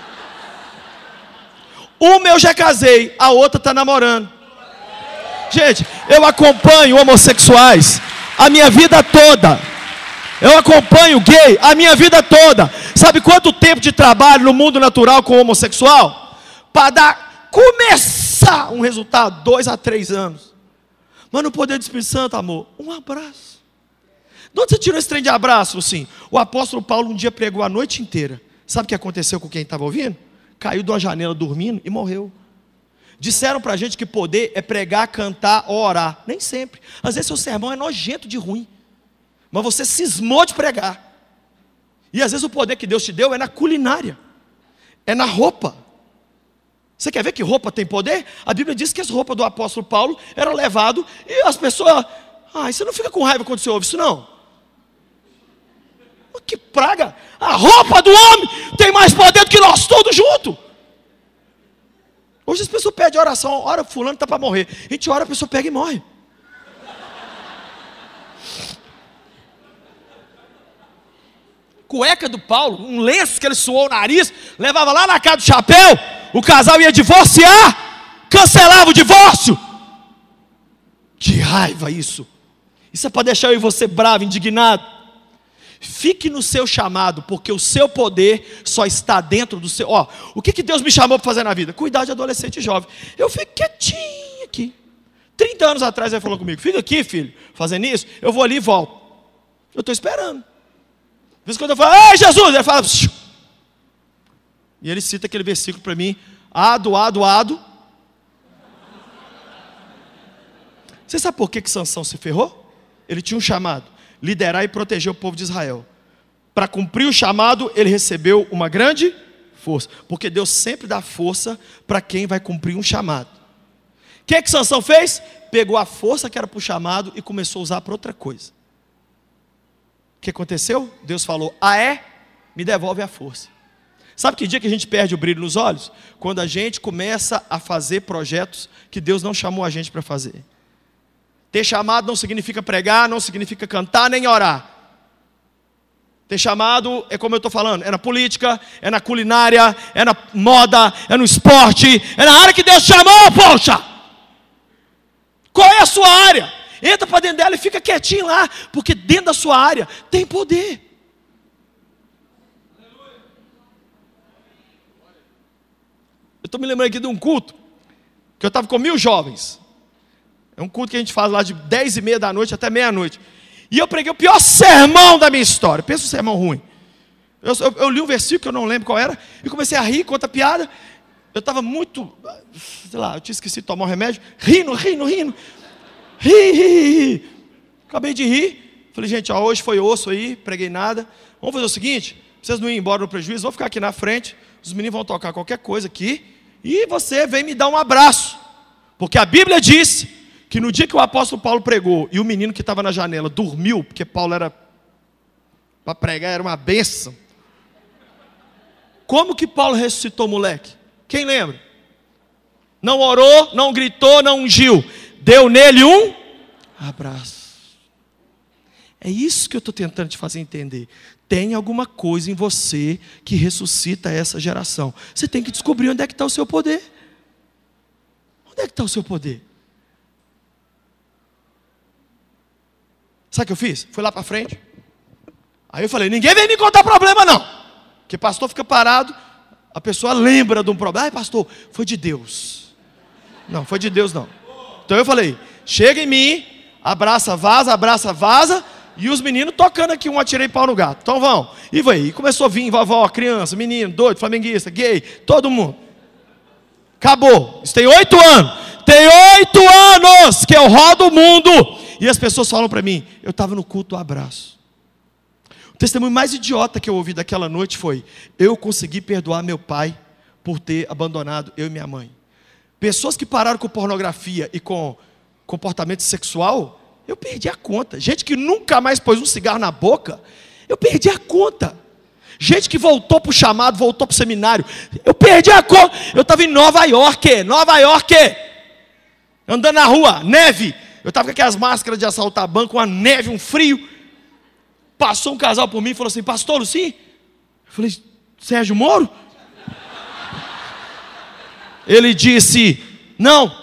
Uma eu já casei, a outra está namorando. Gente, eu acompanho homossexuais a minha vida toda. Eu acompanho gay a minha vida toda. Sabe quanto tempo de trabalho no mundo natural com homossexual? Para dar, começar um resultado, dois a três anos. Mas no poder do Espírito Santo, amor, um abraço. De onde você tirou esse trem de abraço? Assim, o apóstolo Paulo um dia pregou a noite inteira. Sabe o que aconteceu com quem estava ouvindo? Caiu de uma janela dormindo e morreu. Disseram para a gente que poder é pregar, cantar ou orar. Nem sempre. Às vezes seu sermão é nojento de ruim. Mas você cismou de pregar. E às vezes o poder que Deus te deu é na culinária. É na roupa. Você quer ver que roupa tem poder? A Bíblia diz que as roupas do apóstolo Paulo eram levadas e as pessoas... Ah, você não fica com raiva quando você ouve isso não? Que praga! A roupa do homem tem mais poder do que nós todos juntos. Hoje as pessoas pedem oração. Ora, fulano está para morrer. A gente ora, a pessoa pega e morre. Cueca do Paulo, um lenço que ele suou o nariz, levava lá na casa do chapéu, o casal ia divorciar, cancelava o divórcio. Que raiva isso. Isso é para deixar eu e você bravo, indignado. Fique no seu chamado, porque o seu poder só está dentro do seu... Ó, o que, que Deus me chamou para fazer na vida? Cuidar de adolescente e jovem. Eu fico quietinho aqui. trinta anos atrás ele falou comigo, fica aqui filho, fazendo isso, eu vou ali e volto. Eu estou esperando. Às vezes quando eu falo, ei Jesus, ele fala, psiu. E ele cita aquele versículo para mim, ado, ado, ado. Você sabe por que que Sansão se ferrou? Ele tinha um chamado, liderar e proteger o povo de Israel. Para cumprir o chamado, ele recebeu uma grande força, porque Deus sempre dá força para quem vai cumprir um chamado. O que que Sansão fez? Pegou a força que era para o chamado e começou a usar para outra coisa. O que aconteceu? Deus falou, ah é? Me devolve a força. Sabe que dia que a gente perde o brilho nos olhos? Quando a gente começa a fazer projetos que Deus não chamou a gente para fazer. Ter chamado não significa pregar, não significa cantar, nem orar. Ter chamado é como eu estou falando, é na política, é na culinária, é na moda, é no esporte, é na área que Deus chamou, poxa! Qual é a sua área? Entra para dentro dela e fica quietinho lá, porque dentro da sua área tem poder. Eu estou me lembrando aqui de um culto, que eu estava com mil jovens. É um culto que a gente faz lá de dez e meia da noite até meia-noite. E eu preguei o pior sermão da minha história. Pensa um sermão ruim. Eu, eu, eu li um versículo que eu não lembro qual era, e comecei a rir, conta piada. Eu estava muito, sei lá, eu tinha esquecido de tomar um remédio, rindo, rindo, rindo. Ri, ri, ri. Acabei de rir. Falei, gente, ó, hoje foi osso aí, preguei nada. Vamos fazer o seguinte, vocês não irem embora no prejuízo, vou ficar aqui na frente, os meninos vão tocar qualquer coisa aqui, e você vem me dar um abraço. Porque a Bíblia diz que no dia que o apóstolo Paulo pregou, e o menino que estava na janela dormiu, porque Paulo era, para pregar era uma bênção. Como que Paulo ressuscitou o moleque? Quem lembra? Não orou, não gritou, não ungiu. Deu nele um abraço. É isso que eu estou tentando te fazer entender. Tem alguma coisa em você que ressuscita essa geração. Você tem que descobrir onde é que está o seu poder. Onde é que está o seu poder? Sabe o que eu fiz? Fui lá para frente. Aí eu falei, ninguém vem me contar problema não. Porque pastor fica parado, a pessoa lembra de um problema. Ai pastor, foi de Deus. Não, foi de Deus não. Então eu falei, chega em mim, abraça, vaza, abraça, vaza, E os meninos tocando aqui, um atirei pau no gato. Então vão. E vai. E começou a vir, vovó, criança, menino, doido, flamenguista, gay, todo mundo. Acabou. Isso tem oito anos. Tem oito anos que eu rodo o mundo. E as pessoas falam para mim, eu estava no culto do abraço. O testemunho mais idiota que eu ouvi daquela noite foi, eu consegui perdoar meu pai por ter abandonado eu e minha mãe. Pessoas que pararam com pornografia e com comportamento sexual, eu perdi a conta. Gente que nunca mais pôs um cigarro na boca, eu perdi a conta. Gente que voltou para o chamado, voltou para o seminário, eu perdi a conta. Eu estava em Nova York, Nova York, andando na rua, neve. Eu estava com aquelas máscaras de assaltar banco, uma neve, um frio. Passou um casal por mim e falou assim, pastor Lucim? Eu falei, Sérgio Moro? Ele disse, não.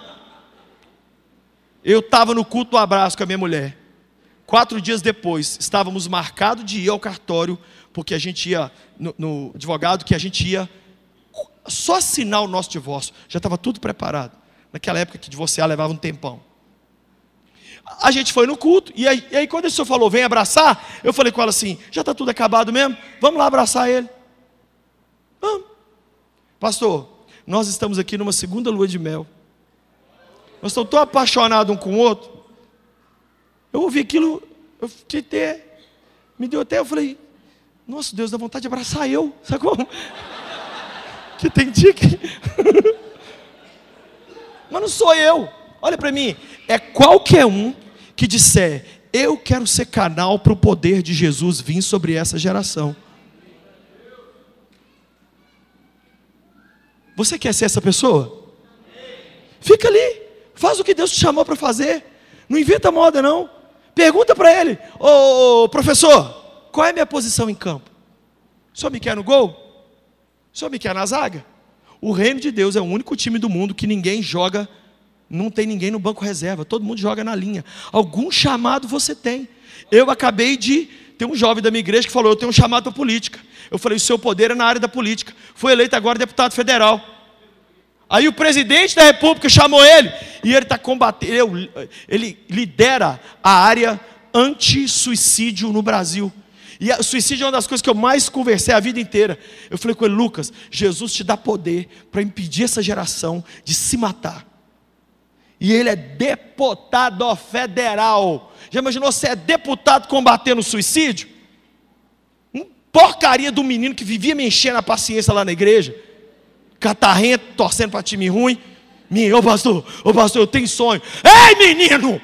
Eu estava no culto do abraço com a minha mulher. Quatro dias depois, estávamos marcados de ir ao cartório, porque a gente ia, no, no advogado, que a gente ia só assinar o nosso divórcio. Já estava tudo preparado. Naquela época que divorciar levava um tempão. A gente foi no culto, e aí, e aí quando o senhor falou, vem abraçar, eu falei com ela assim, já está tudo acabado mesmo? Vamos lá abraçar ele. Vamos. Pastor, nós estamos aqui numa segunda lua de mel. Nós estamos tão apaixonados um com o outro. Eu ouvi aquilo, eu fiquei até, me deu até, eu falei, nossa, Deus, dá vontade de abraçar eu, sabe como? Que tem dia que... Mas não sou eu, olha para mim, é qualquer um que disser, eu quero ser canal para o poder de Jesus vir sobre essa geração. Você quer ser essa pessoa? Fica ali, faz o que Deus te chamou para fazer, não inventa moda não. Pergunta para ele, ô professor, qual é a minha posição em campo? O senhor me quer no gol? O senhor me quer na zaga? O reino de Deus é o único time do mundo que ninguém joga, não tem ninguém no banco reserva, todo mundo joga na linha. Algum chamado você tem. Eu acabei de ter um jovem da minha igreja que falou, eu tenho um chamado para política. Eu falei, o seu poder é na área da política. Foi eleito agora deputado federal. Aí o presidente da república chamou ele, e ele está combatendo, ele lidera a área anti-suicídio no Brasil. E o suicídio é uma das coisas que eu mais conversei a vida inteira. Eu falei com ele, Lucas, Jesus te dá poder para impedir essa geração de se matar. E ele é deputado federal. Já imaginou você é deputado combatendo o suicídio? Um porcaria do menino que vivia me enchendo a paciência lá na igreja. Catarrento, torcendo para time ruim. Ô pastor, ô pastor, eu tenho sonho. Ei menino!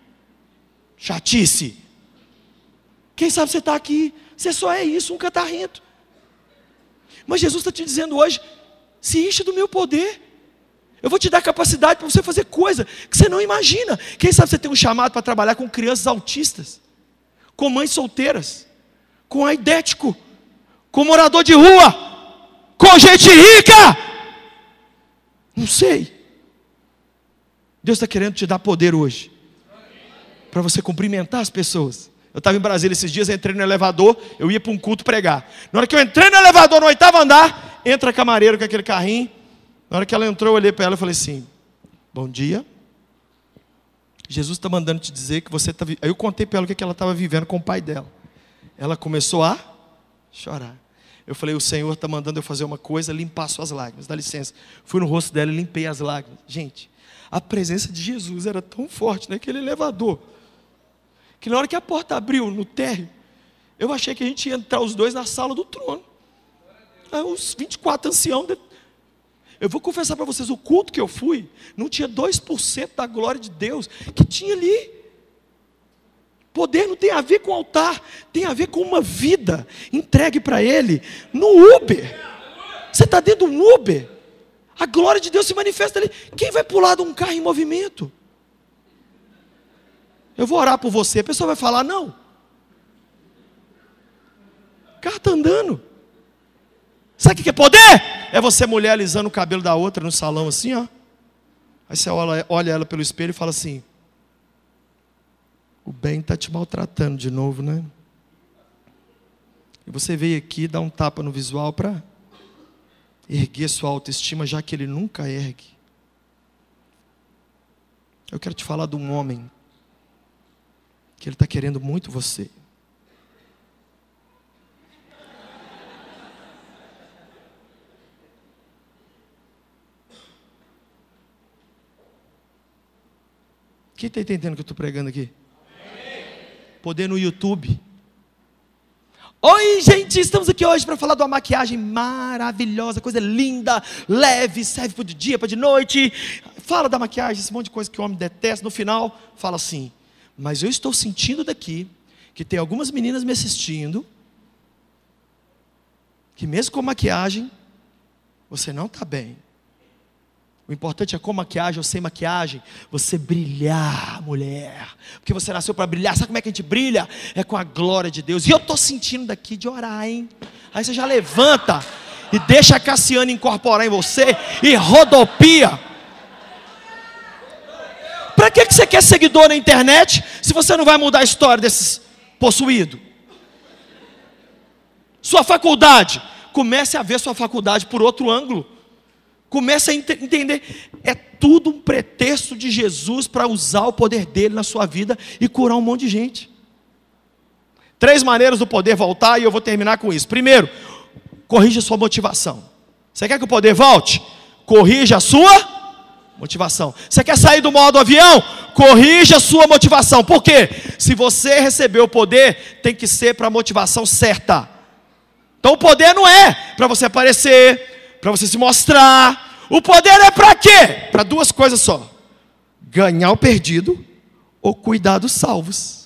Chatice. Quem sabe você está aqui, você só é isso, um catarrento. Mas Jesus está te dizendo hoje, se enche do meu poder. Eu vou te dar capacidade para você fazer coisa que você não imagina. Quem sabe você tem um chamado para trabalhar com crianças autistas, com mães solteiras, com aidético, com morador de rua, com gente rica. Não sei. Deus está querendo te dar poder hoje, para você cumprimentar as pessoas. Eu estava em Brasília esses dias, entrei no elevador, eu ia para um culto pregar. Na hora que eu entrei no elevador, no oitavo andar, entra a camareira com aquele carrinho. Na hora que ela entrou, eu olhei para ela e falei assim, bom dia. Jesus está mandando te dizer que você está... Aí eu contei para ela o que ela estava vivendo com o pai dela. Ela começou a chorar. Eu falei, o Senhor está mandando eu fazer uma coisa, limpar suas lágrimas, dá licença. Fui no rosto dela e limpei as lágrimas. Gente, a presença de Jesus era tão forte naquele elevador, que na hora que a porta abriu no térreo, eu achei que a gente ia entrar os dois na sala do trono. Aí os vinte e quatro anciãos... Eu vou confessar para vocês, o culto que eu fui, não tinha dois por cento da glória de Deus que tinha ali. Poder não tem a ver com altar, tem a ver com uma vida entregue para Ele no Uber. Você está dentro de um Uber, a glória de Deus se manifesta ali. Quem vai pular de um carro em movimento? Eu vou orar por você, a pessoa vai falar, não. O carro está andando. Sabe o que é poder? É você, mulher, alisando o cabelo da outra no salão assim, ó. Aí você olha, olha ela pelo espelho e fala assim, o bem está te maltratando de novo, né? E você veio aqui dar um tapa no visual para erguer sua autoestima, já que ele nunca ergue. Eu quero te falar de um homem que Ele está querendo muito você. Quem está entendendo o que eu estou pregando aqui? Amém. Poder no YouTube. Oi, gente, estamos aqui hoje para falar de uma maquiagem maravilhosa, coisa linda, leve, serve para de dia, para de noite. Fala da maquiagem, esse monte de coisa que o homem detesta. No final, fala assim: mas eu estou sentindo daqui que tem algumas meninas me assistindo, que mesmo com maquiagem, você não está bem. O importante é com maquiagem ou sem maquiagem, você brilhar, mulher. Porque você nasceu para brilhar. Sabe como é que a gente brilha? É com a glória de Deus. E eu estou sentindo daqui de orar, hein? Aí você já levanta e deixa a Cassiane incorporar em você e rodopia. Para que que você quer seguidor na internet se você não vai mudar a história desses possuídos? Sua faculdade, comece a ver sua faculdade por outro ângulo. Comece a ent- entender, é tudo um pretexto de Jesus para usar o poder dele na sua vida e curar um monte de gente. Três maneiras do poder voltar, e eu vou terminar com isso. Primeiro, corrija a sua motivação. Você quer que o poder volte? Corrija a sua motivação. Você quer sair do modo avião? Corrija a sua motivação. Por quê? Se você receber o poder, tem que ser para a motivação certa. Então o poder não é para você aparecer, para você se mostrar. O poder é para quê? Para duas coisas só: ganhar o perdido ou cuidar dos salvos.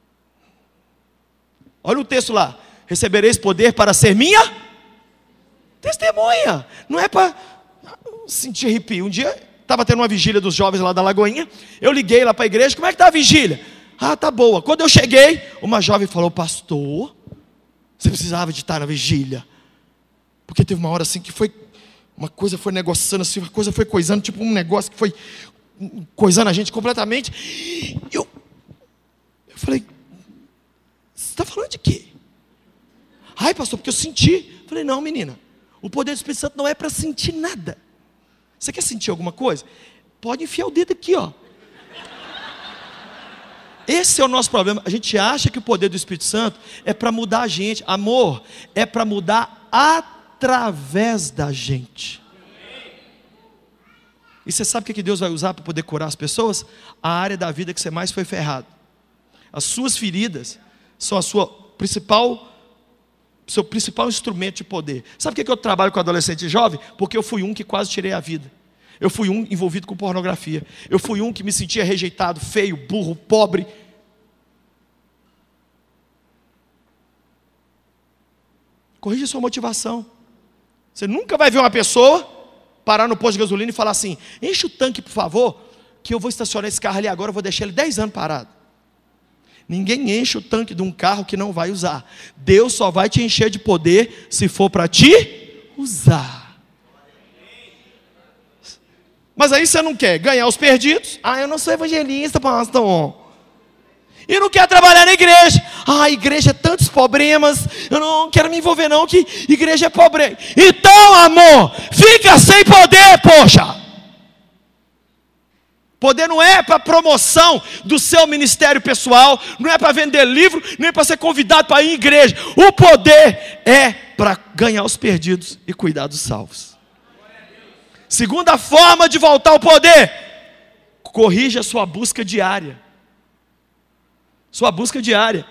Olha o texto lá: recebereis poder para ser minha testemunha. Não é para sentir arrepio. Um dia estava tendo uma vigília dos jovens lá da Lagoinha. Eu liguei lá para a igreja: como é que está a vigília? Ah, tá boa. Quando eu cheguei, uma jovem falou: pastor, você precisava de estar na vigília, porque teve uma hora assim que foi, uma coisa foi negociando assim, uma coisa foi coisando, tipo um negócio que foi coisando a gente completamente. E eu, eu falei: você está falando de quê? Ai, pastor, porque eu senti. Eu falei: não, menina, o poder do Espírito Santo não é para sentir nada. Você quer sentir alguma coisa? Pode enfiar o dedo aqui, ó. Esse é o nosso problema. A gente acha que o poder do Espírito Santo é para mudar a gente. Amor, é para mudar através da gente. E você sabe o que Deus vai usar para poder curar as pessoas? A área da vida que você mais foi ferrado. As suas feridas são a sua principal, seu principal instrumento de poder. Sabe por que eu trabalho com adolescente e jovem? Porque eu fui um que quase tirei a vida. Eu fui um envolvido com pornografia. Eu fui um que me sentia rejeitado, feio, burro, pobre. Corrija a sua motivação. Você nunca vai ver uma pessoa parar no posto de gasolina e falar assim: enche o tanque, por favor, que eu vou estacionar esse carro ali agora, eu vou deixar ele dez anos parado. Ninguém enche o tanque de um carro que não vai usar. Deus só vai te encher de poder se for para te usar. Mas aí você não quer ganhar os perdidos. Ah, eu não sou evangelista, pastor. E não quer trabalhar na igreja. Ah, a igreja é tantos problemas. Eu não quero me envolver não, que igreja é pobre. Então, amor, fica sem poder, poxa. Poder não é para promoção do seu ministério pessoal, não é para vender livro, nem para ser convidado para ir em igreja. O poder é para ganhar os perdidos e cuidar dos salvos. Segunda forma de voltar ao poder: corrija a sua busca diária. Sua busca diária.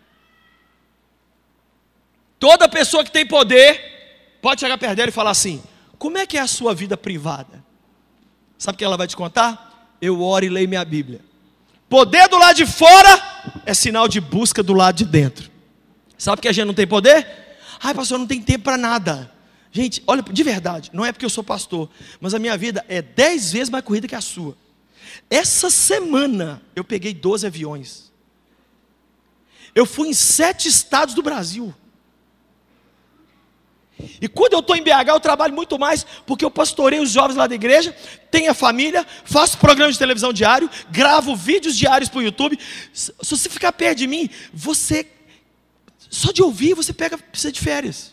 Toda pessoa que tem poder pode chegar perto dela e falar assim: como é que é a sua vida privada? Sabe o que ela vai te contar? Eu oro e leio minha Bíblia. Poder do lado de fora é sinal de busca do lado de dentro. Sabe que a gente não tem poder? Ai, pastor, não tem tempo para nada. Gente, olha, de verdade, não é porque eu sou pastor, mas a minha vida é dez vezes mais corrida que a sua. Essa semana eu peguei doze aviões. Eu fui em sete estados do Brasil. E quando eu estou em B H, eu trabalho muito mais, porque eu pastorei os jovens lá da igreja, tenho a família, faço programas de televisão diário, gravo vídeos diários para o YouTube. Se você ficar perto de mim, você, só de ouvir, você pega, precisa de férias.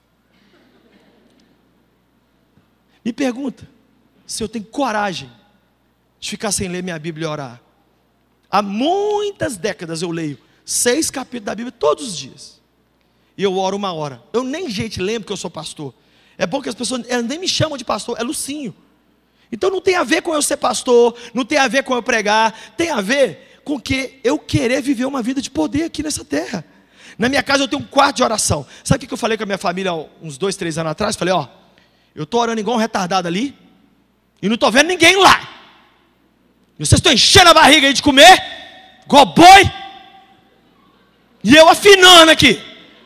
Me pergunta se eu tenho coragem de ficar sem ler minha Bíblia e orar. Há muitas décadas eu leio seis capítulos da Bíblia todos os dias. E eu oro uma hora. Eu nem gente lembro que eu sou pastor. É bom que as pessoas elas nem me chamam de pastor, é Lucinho. Então não tem a ver com eu ser pastor, não tem a ver com eu pregar, tem a ver com que eu querer viver uma vida de poder aqui nessa terra. Na minha casa eu tenho um quarto de oração. Sabe o que eu falei com a minha família uns dois, três anos atrás? Falei, ó, eu estou orando igual um retardado ali, e não estou vendo ninguém lá. E vocês estão enchendo a barriga aí de comer, igual boi, e eu afinando aqui.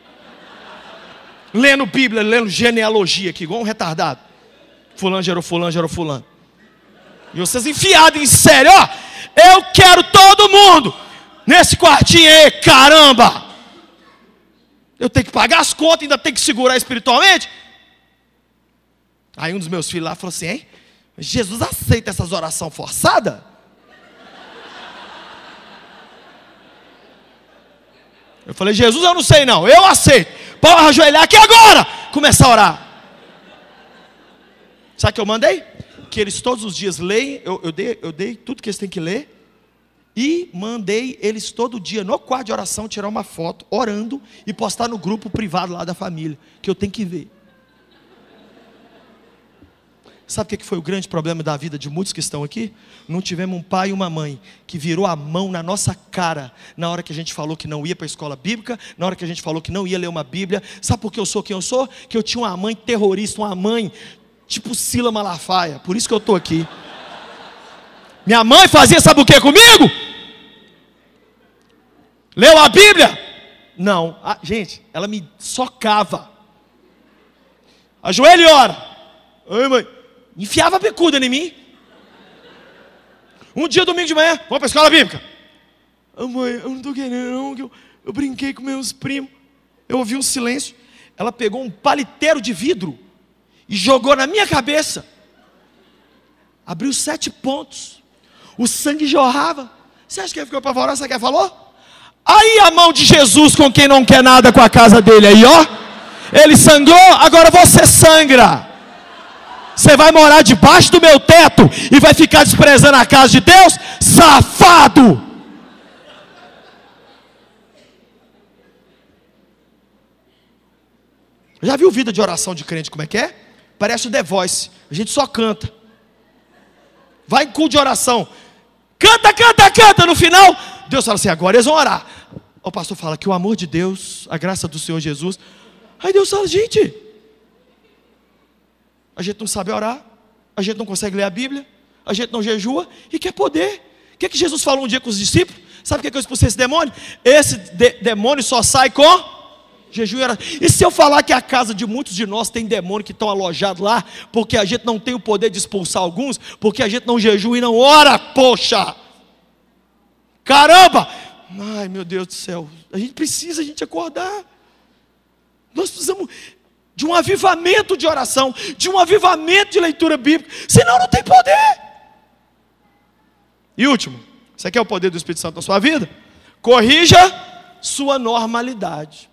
Lendo Bíblia, lendo genealogia aqui, igual um retardado. Fulano gerou fulano, gerou fulano. E vocês enfiados em sério, ó. Eu quero todo mundo nesse quartinho aí, caramba. Eu tenho que pagar as contas, ainda tenho que segurar espiritualmente. Aí um dos meus filhos lá falou assim, hein? Jesus aceita essas orações forçadas? Eu falei, Jesus eu não sei não, eu aceito. Pode ajoelhar aqui agora, começar a orar. Sabe o que eu mandei? Que eles todos os dias leem, eu, eu, dei, eu dei tudo que eles têm que ler. E mandei eles todo dia, no quarto de oração, tirar uma foto, orando, e postar no grupo privado lá da família, que eu tenho que ver. Sabe o que foi o grande problema da vida de muitos que estão aqui? Não tivemos um pai e uma mãe que virou a mão na nossa cara na hora que a gente falou que não ia para a escola bíblica, na hora que a gente falou que não ia ler uma Bíblia. Sabe por que eu sou quem eu sou? Que eu tinha uma mãe terrorista, uma mãe tipo Sila Malafaia. Por isso que eu estou aqui. Minha mãe fazia sabe o que comigo? Leu a Bíblia? Não. Ah, gente, ela me socava. Ajoelha e ora. Oi, mãe. Enfiava a bicuda em mim. Um dia, domingo de manhã, vamos para a escola bíblica. Oh, mãe, eu não estou querendo não, eu, eu brinquei com meus primos. Eu ouvi um silêncio. Ela pegou um paliteiro de vidro e jogou na minha cabeça. Abriu sete pontos. O sangue jorrava. Você acha que ele ficou apavorado? Sabe o que ela falou? Aí a mão de Jesus com quem não quer nada com a casa dele aí, ó. Ele sangrou, agora você sangra. Você vai morar debaixo do meu teto e vai ficar desprezando a casa de Deus? Safado! Já viu vida de oração de crente como é que é? Parece o The Voice, a gente só canta. Vai em culto de oração, canta, canta, canta, no final, Deus fala assim, agora eles vão orar. O pastor fala que o amor de Deus, a graça do Senhor Jesus. Aí Deus fala, gente, a gente não sabe orar, a gente não consegue ler a Bíblia, a gente não jejua e quer poder. O que, é que Jesus falou um dia com os discípulos? Sabe o que, é que eu expulsei esse demônio? Esse de demônio só sai com jejum e oração. E se eu falar que a casa de muitos de nós tem demônio que estão alojados lá, porque a gente não tem o poder de expulsar alguns, porque a gente não jejua e não ora, poxa! Caramba! Ai meu Deus do céu, a gente precisa a gente acordar. Nós precisamos de um avivamento de oração, de um avivamento de leitura bíblica, senão não tem poder. E último, você quer o poder do Espírito Santo na sua vida? Corrija sua normalidade.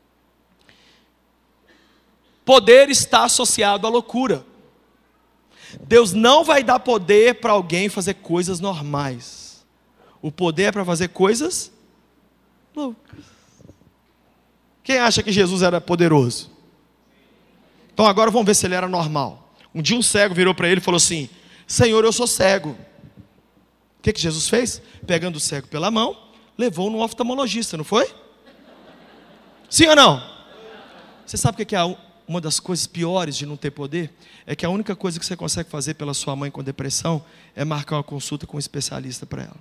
Poder está associado à loucura. Deus não vai dar poder para alguém fazer coisas normais. O poder é para fazer coisas loucas. Quem acha que Jesus era poderoso? Então agora vamos ver se ele era normal. Um dia um cego virou para ele e falou assim, Senhor, eu sou cego. O que, que Jesus fez? Pegando o cego pela mão, levou no oftalmologista, não foi? Sim ou não? Você sabe o que é uma das coisas piores de não ter poder? É que a única coisa que você consegue fazer pela sua mãe com depressão é marcar uma consulta com um especialista para ela.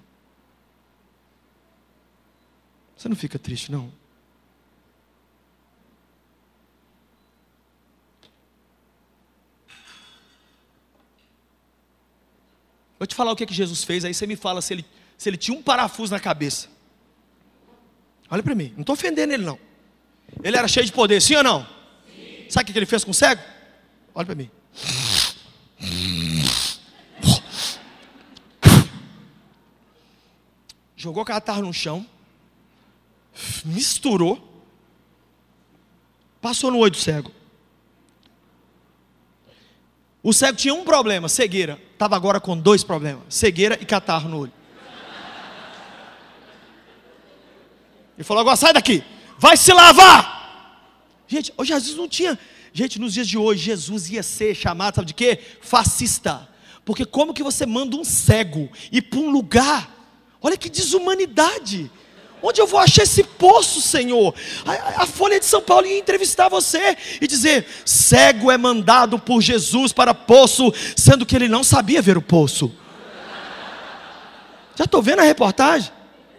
Você não fica triste, não? Vou te falar o que, que Jesus fez, aí você me fala se ele, se ele tinha um parafuso na cabeça. Olha para mim, não estou ofendendo ele não. Ele era cheio de poder, sim ou não? Sim. Sabe o que ele fez com o cego? Olha para mim. Jogou a catarro no chão, misturou, passou no olho do cego. O cego tinha um problema, cegueira. Estava agora com dois problemas, cegueira e catarro no olho. Ele falou, agora sai daqui, vai se lavar. Gente, o Jesus não tinha... Gente, nos dias de hoje, Jesus ia ser chamado, sabe de quê? Fascista. Porque como que você manda um cego ir para um lugar? Olha que desumanidade. Onde eu vou achar esse poço, Senhor? A, a Folha de São Paulo ia entrevistar você e dizer, cego é mandado por Jesus para poço, sendo que ele não sabia ver o poço. Já estou vendo a reportagem?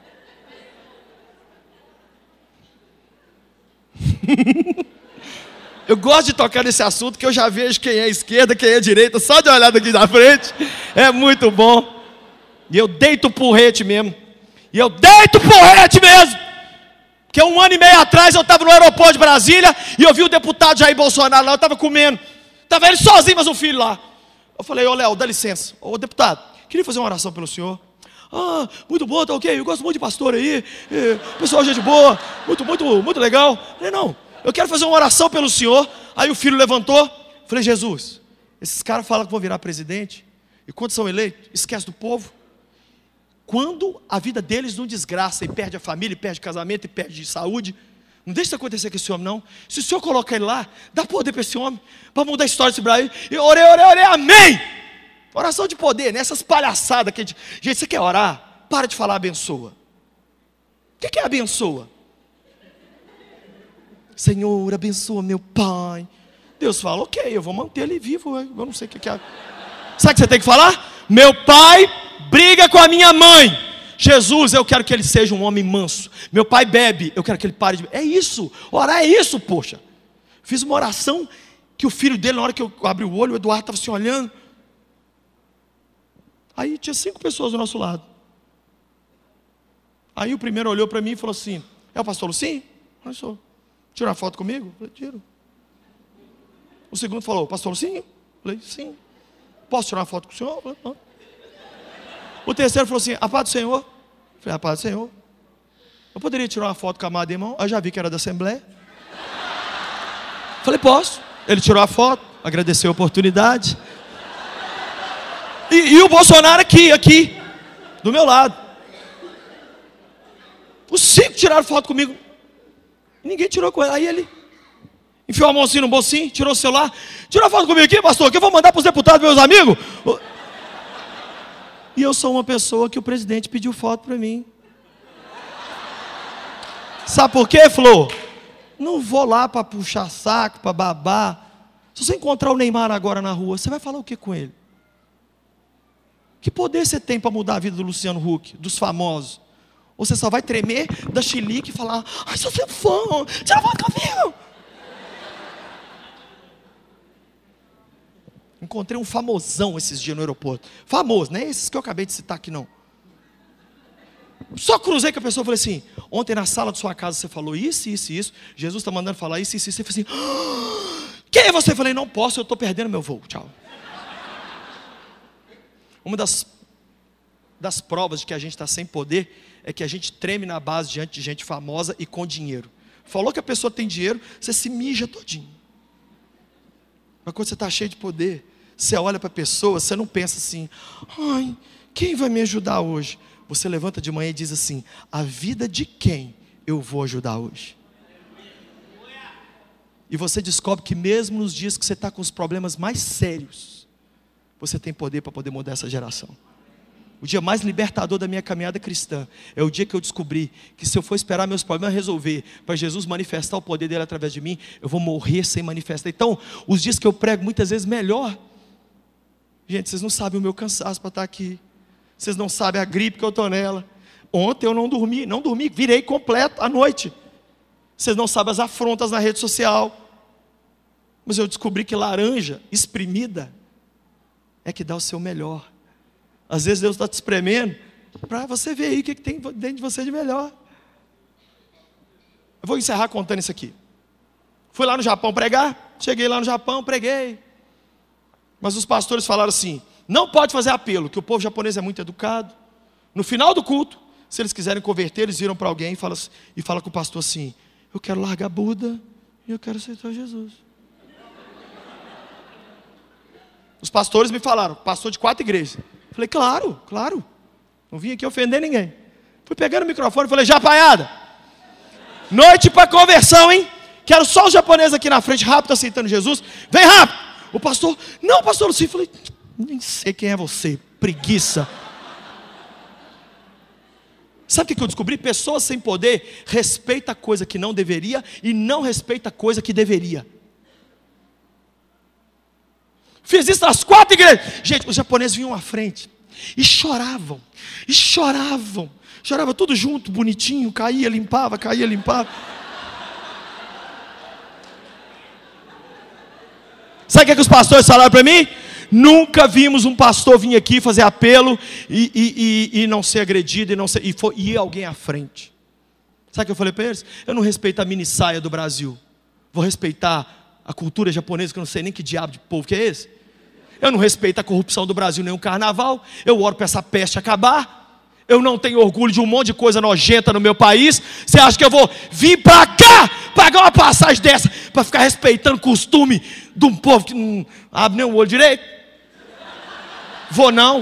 Eu gosto de tocar nesse assunto, que eu já vejo quem é a esquerda, quem é a direita, só de olhar daqui da frente. É muito bom. E eu deito porrete mesmo. E eu deito porrete mesmo. Porque um ano e meio atrás eu estava no aeroporto de Brasília e eu vi o deputado Jair Bolsonaro lá, eu estava comendo. Estava ele sozinho, mas um filho lá. Eu falei, ô Léo, dá licença. Ô deputado, queria fazer uma oração pelo senhor. Ah, muito bom, tá ok, eu gosto muito de pastor aí. É, pessoal, gente boa, muito, muito, muito legal. Eu falei, não, eu quero fazer uma oração pelo senhor. Aí o filho levantou. Eu falei, Jesus, esses caras falam que vão virar presidente. E quando são eleitos, esquece do povo. Quando a vida deles não desgraça e perde a família, e perde casamento, e perde saúde, não deixa isso acontecer com esse homem não. Se o Senhor coloca ele lá, dá poder para esse homem, para mudar a história desse Brasil. E orei, orei, orei, amém. Oração de poder, nessas palhaçadas que a gente... Gente, você quer orar? Para de falar abençoa. O que é abençoa? Senhor, abençoa meu pai. Deus fala, ok, eu vou manter ele vivo, eu não sei o que é. Sabe o que você tem que falar? Meu pai briga com a minha mãe. Jesus, eu quero que ele seja um homem manso. Meu pai bebe, eu quero que ele pare de beber. É isso, orar é isso, poxa. Fiz uma oração que o filho dele, na hora que eu abri o olho, o Eduardo estava se olhando. Aí tinha cinco pessoas do nosso lado. Aí o primeiro olhou para mim e falou assim, é o pastor Lucim? Eu sou. Tira uma foto comigo? Eu falei, tiro. O segundo falou, pastor Lucim? Eu falei, sim. Posso tirar uma foto com o senhor? Eu falei, não. O terceiro falou assim, a paz do Senhor. Eu falei, a paz do Senhor. Eu poderia tirar uma foto com a amada irmão? Eu já vi que era da Assembleia. Eu falei, posso. Ele tirou a foto, agradeceu a oportunidade. E, e o Bolsonaro aqui, aqui, do meu lado. Os cinco tiraram foto comigo. Ninguém tirou com ele. Aí ele enfiou a mãozinha no bolsinho, tirou o celular. Tirou a foto comigo aqui, pastor, que eu vou mandar para os deputados, meus amigos. E eu sou uma pessoa que o presidente pediu foto para mim. Sabe por quê, Flor? Não vou lá para puxar saco, para babar. Se você encontrar o Neymar agora na rua, você vai falar o que com ele? Que poder você tem para mudar a vida do Luciano Huck, dos famosos? Ou você só vai tremer da chilique e falar, ai, sou seu fã, tira foto comigo. Encontrei um famosão esses dias no aeroporto. Famoso, não é esses que eu acabei de citar aqui não. Só cruzei com a pessoa e falei assim, ontem na sala de sua casa você falou isso, isso e isso. Jesus está mandando falar isso, isso, isso. Você falou assim, ah, quem é você? Eu falei, não posso, eu estou perdendo meu voo, tchau. Uma das, das provas de que a gente está sem poder é que a gente treme na base diante de gente famosa e com dinheiro. Falou que a pessoa tem dinheiro, você se mija todinho. Mas quando você está cheio de poder, você olha para a pessoa, você não pensa assim, ai, quem vai me ajudar hoje? Você levanta de manhã e diz assim, a vida de quem eu vou ajudar hoje? E você descobre que mesmo nos dias que você está com os problemas mais sérios, você tem poder para poder mudar essa geração. O dia mais libertador da minha caminhada cristã é o dia que eu descobri que se eu for esperar meus problemas resolver, para Jesus manifestar o poder dele através de mim, eu vou morrer sem manifestar. Então, os dias que eu prego muitas vezes melhor. Gente, vocês não sabem o meu cansaço para estar aqui. Vocês não sabem a gripe que eu estou nela. Ontem eu não dormi, não dormi, virei completo à noite. Vocês não sabem as afrontas na rede social. Mas eu descobri que laranja espremida é que dá o seu melhor. Às vezes Deus está te espremendo para você ver aí o que tem dentro de você de melhor. Eu vou encerrar contando isso aqui. Fui lá no Japão pregar, cheguei lá no Japão, preguei. Mas os pastores falaram assim, não pode fazer apelo, que o povo japonês é muito educado. No final do culto, se eles quiserem converter, eles viram para alguém e falam, e falam com o pastor assim, eu quero largar Buda e eu quero aceitar Jesus. Os pastores me falaram, pastor de quatro igrejas. Falei, claro, claro. Não vim aqui ofender ninguém. Fui pegando o microfone e falei, japaiada, Noite para conversão, hein? Quero só os japoneses aqui na frente, rápido, aceitando Jesus. Vem rápido. O pastor, não, pastor Luciano. Falei, nem sei quem é você, preguiça. Sabe o que eu descobri? Pessoas sem poder respeitam a coisa que não deveria e não respeitam a coisa que deveria. Fiz isso nas quatro igrejas. Gente, os japoneses vinham à frente e choravam, e choravam, chorava tudo junto, bonitinho, caía, limpava, caía, limpava. Sabe o que, é que os pastores falaram para mim? Nunca vimos um pastor vir aqui fazer apelo e, e, e, e não ser agredido e, não ser, e, for, e ir alguém à frente. Sabe o que eu falei para eles? Eu não respeito a mini saia do Brasil. Vou respeitar a cultura japonesa, que eu não sei nem que diabo de povo que é esse. Eu não respeito a corrupção do Brasil, nem o carnaval. Eu oro para essa peste acabar. Eu não tenho orgulho de um monte de coisa nojenta no meu país. Você acha que eu vou vir para cá, pagar uma passagem dessa, para ficar respeitando o costume de um povo que não abre nem o olho direito? Vou não.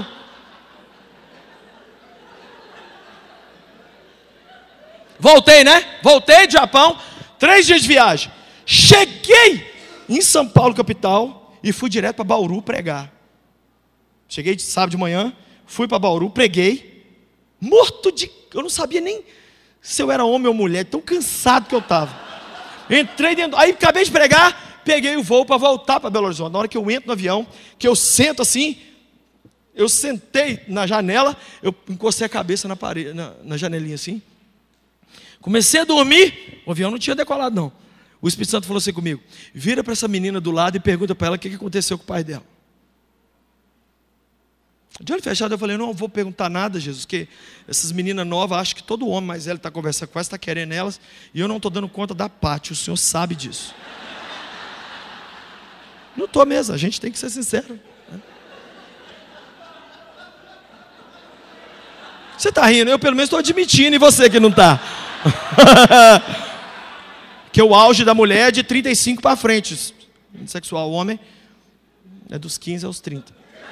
Voltei, né? Voltei do Japão. Três dias de viagem. Cheguei em São Paulo, capital, e fui direto para Bauru pregar. Cheguei de sábado de manhã, fui para Bauru, preguei. Morto de... Eu não sabia nem se eu era homem ou mulher, tão cansado que eu estava. Entrei dentro... Aí acabei de pregar, peguei o voo para voltar para Belo Horizonte. Na hora que eu entro no avião, que eu sento assim... Eu sentei na janela, eu encostei a cabeça na parede, na, na janelinha assim. Comecei a dormir, o avião não tinha decolado não. O Espírito Santo falou assim comigo, vira para essa menina do lado e pergunta para ela o que aconteceu com o pai dela. De olho fechado eu falei, não vou perguntar nada, Jesus, porque essas meninas novas, acho que todo homem mais velho está conversando com elas, está querendo elas, e eu não estou dando conta da parte, o Senhor sabe disso. Não estou mesmo, a gente tem que ser sincero. Você está rindo, eu pelo menos estou admitindo, e você que não está. Que o auge da mulher é de trinta e cinco para frente. Sexual, o homem é dos quinze aos trinta.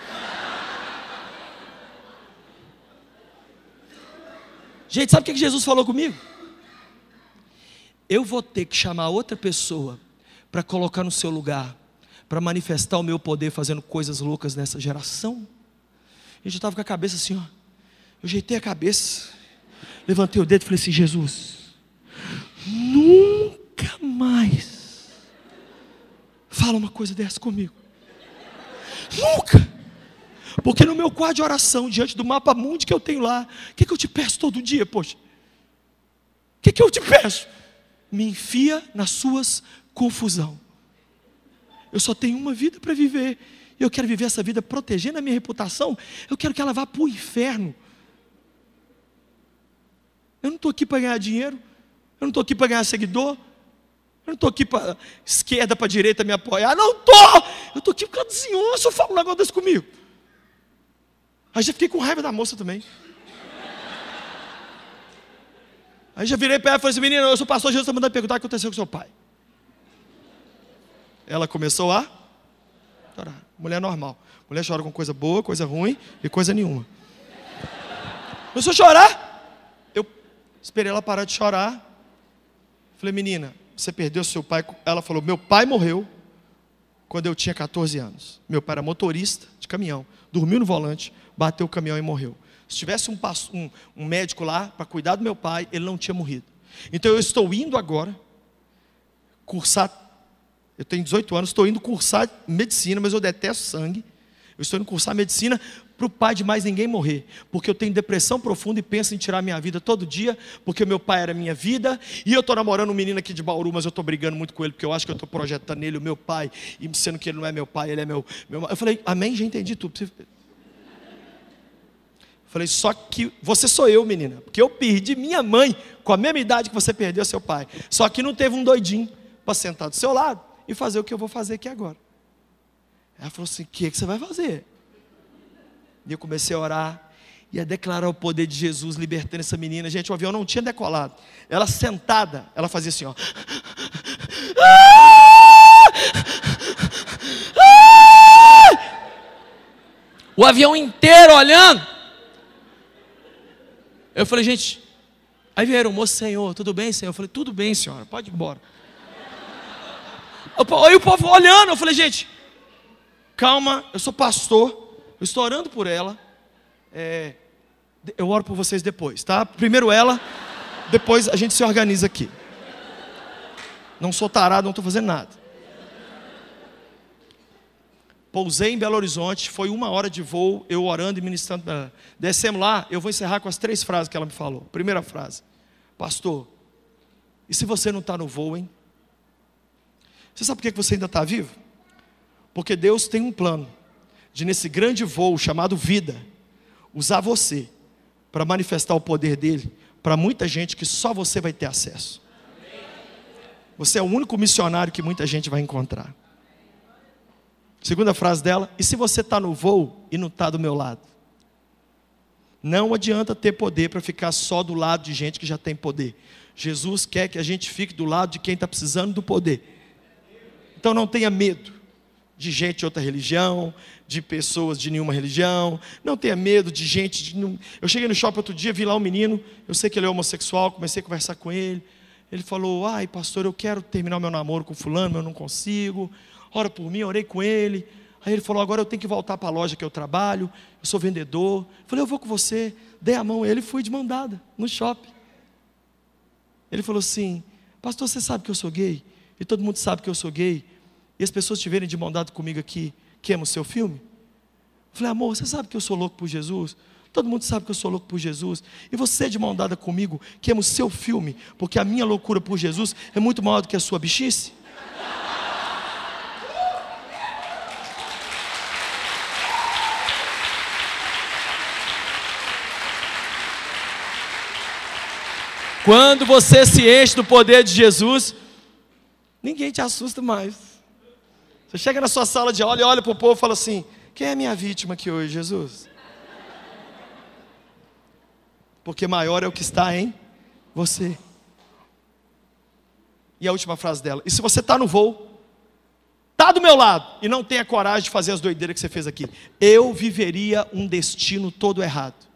Gente, sabe o que Jesus falou comigo? Eu vou ter que chamar outra pessoa para colocar no seu lugar, para manifestar o meu poder fazendo coisas loucas nessa geração. E eu já estava com a cabeça assim, ó. Eu ajeitei a cabeça, levantei o dedo e falei assim, Jesus, nunca mais fala uma coisa dessa comigo. Nunca. Porque no meu quadro de oração, diante do mapa mundi que eu tenho lá, o que, que eu te peço todo dia, poxa? O que, que eu te peço? Me enfia nas suas confusão. Eu só tenho uma vida para viver, e eu quero viver essa vida protegendo a minha reputação. Eu quero que ela vá para o inferno. Eu não estou aqui para ganhar dinheiro, eu não estou aqui para ganhar seguidor, eu não estou aqui para esquerda, para direita me apoiar, não estou, eu estou aqui por causa do Senhor. Se eu falo um negócio desse comigo, aí já fiquei com raiva da moça também. Aí já virei para ela e falei assim, menina, eu sou pastor, Jesus está mandando perguntar o que aconteceu com seu pai. Ela começou a chorar. Mulher normal, mulher chora com coisa boa, coisa ruim e coisa nenhuma. Começou a chorar. Esperei ela parar de chorar. Falei, menina, você perdeu seu pai? Ela falou, meu pai morreu quando eu tinha catorze anos. Meu pai era motorista de caminhão, dormiu no volante, bateu o caminhão e morreu. Se tivesse um, um, um médico lá para cuidar do meu pai, ele não tinha morrido. Então eu estou indo agora cursar, eu tenho dezoito anos, estou indo cursar medicina, mas eu detesto sangue. Eu estou indo cursar medicina para o pai de mais ninguém morrer, porque eu tenho depressão profunda e penso em tirar minha vida todo dia, porque o meu pai era minha vida, e eu estou namorando um menino aqui de Bauru, mas eu estou brigando muito com ele, porque eu acho que eu estou projetando nele o meu pai, e sendo que ele não é meu pai, ele é meu, meu... Eu falei, amém, já entendi tudo. Eu falei, só que você sou eu, menina, porque eu perdi minha mãe com a mesma idade que você perdeu seu pai, só que não teve um doidinho para sentar do seu lado e fazer o que eu vou fazer aqui agora. Ela falou assim, o que, é que você vai fazer? E eu comecei a orar e a declarar o poder de Jesus libertando essa menina. Gente, o avião não tinha decolado. Ela sentada, ela fazia assim, ó. O avião inteiro olhando. Eu falei, gente, Aí vieram, moço, senhor, tudo bem, senhor? Eu falei, tudo bem, senhora, pode ir embora. Aí o povo olhando, eu falei, gente, calma, eu sou pastor, eu estou orando por ela. É, eu oro por vocês depois, tá? Primeiro ela, depois a gente se organiza aqui. Não sou tarado, não estou fazendo nada. Pousei em Belo Horizonte, foi uma hora de voo, eu orando e ministrando para ela. Descemos lá, eu vou encerrar com as três frases que ela me falou. Primeira frase, pastor, e se você não está no voo, hein? Você sabe por que você ainda está vivo? Porque Deus tem um plano de, nesse grande voo chamado vida, usar você para manifestar o poder dele para muita gente que só você vai ter acesso. Você é o único missionário que muita gente vai encontrar. Segunda frase dela, e se você está no voo e não está do meu lado? Não adianta ter poder para ficar só do lado de gente que já tem poder. Jesus quer que a gente fique do lado de quem está precisando do poder. Então não tenha medo de gente de outra religião, de pessoas de nenhuma religião. Não tenha medo de gente... De... Eu cheguei no shopping outro dia, vi lá um menino, eu sei que ele é homossexual, comecei a conversar com ele. Ele falou, ai pastor, eu quero terminar o meu namoro com fulano, mas eu não consigo. Ora por mim, orei com ele. Aí ele falou, agora eu tenho que voltar para a loja que eu trabalho, eu sou vendedor. Eu falei, eu vou com você. Dei a mão a ele e fui de mão dada, no shopping. Ele falou assim, pastor, você sabe que eu sou gay? E todo mundo sabe que eu sou gay. E as pessoas estiverem de mão dada comigo aqui, queimam o seu filme? Eu falei, amor, você sabe que eu sou louco por Jesus? Todo mundo sabe que eu sou louco por Jesus. E você de mão dada comigo, queima o seu filme, porque a minha loucura por Jesus é muito maior do que a sua bichice? Quando você se enche do poder de Jesus, ninguém te assusta mais. Você chega na sua sala de aula e olha para o povo e fala assim, quem é minha vítima aqui hoje, Jesus? Porque maior é o que está em você. E a última frase dela, e se você está no voo, está do meu lado, e não tem a coragem de fazer as doideiras que você fez aqui, eu viveria um destino todo errado.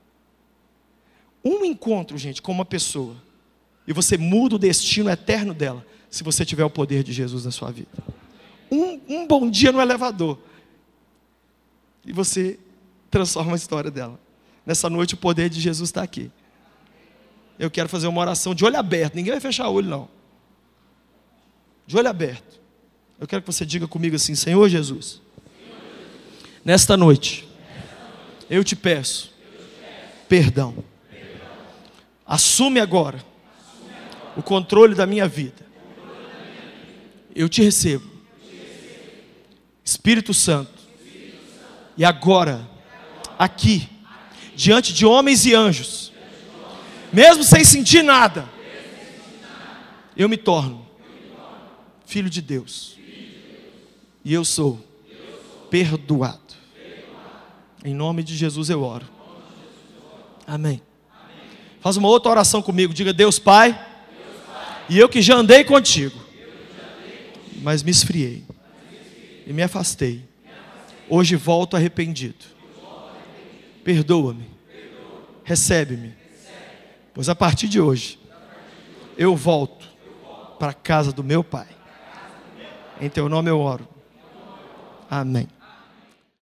Um encontro, gente, com uma pessoa, e você muda o destino eterno dela, se você tiver o poder de Jesus na sua vida. Um, um bom dia no elevador, e você transforma a história dela. Nessa noite o poder de Jesus está aqui. Eu quero fazer uma oração de olho aberto, ninguém vai fechar o olho não. De olho aberto. Eu quero que você diga comigo assim, Senhor Jesus, nesta noite, eu te peço perdão. Assume agora o controle da minha vida. Eu te recebo, Espírito Santo, e agora, aqui, diante de homens e anjos, mesmo sem sentir nada, eu me torno filho de Deus, e eu sou perdoado. Em nome de Jesus eu oro. Amém. Faz uma outra oração comigo. Diga, Deus Pai, Deus Pai, e eu que já andei contigo, andei, mas me esfriei, mas me esfriei e me afastei. me afastei. Hoje volto arrependido. arrependido. Perdoa-me. Perdoa. Recebe-me. Recebe. Pois a partir de hoje, partir de hoje eu volto, volto para a casa do meu Pai. Em teu nome eu oro. Amém.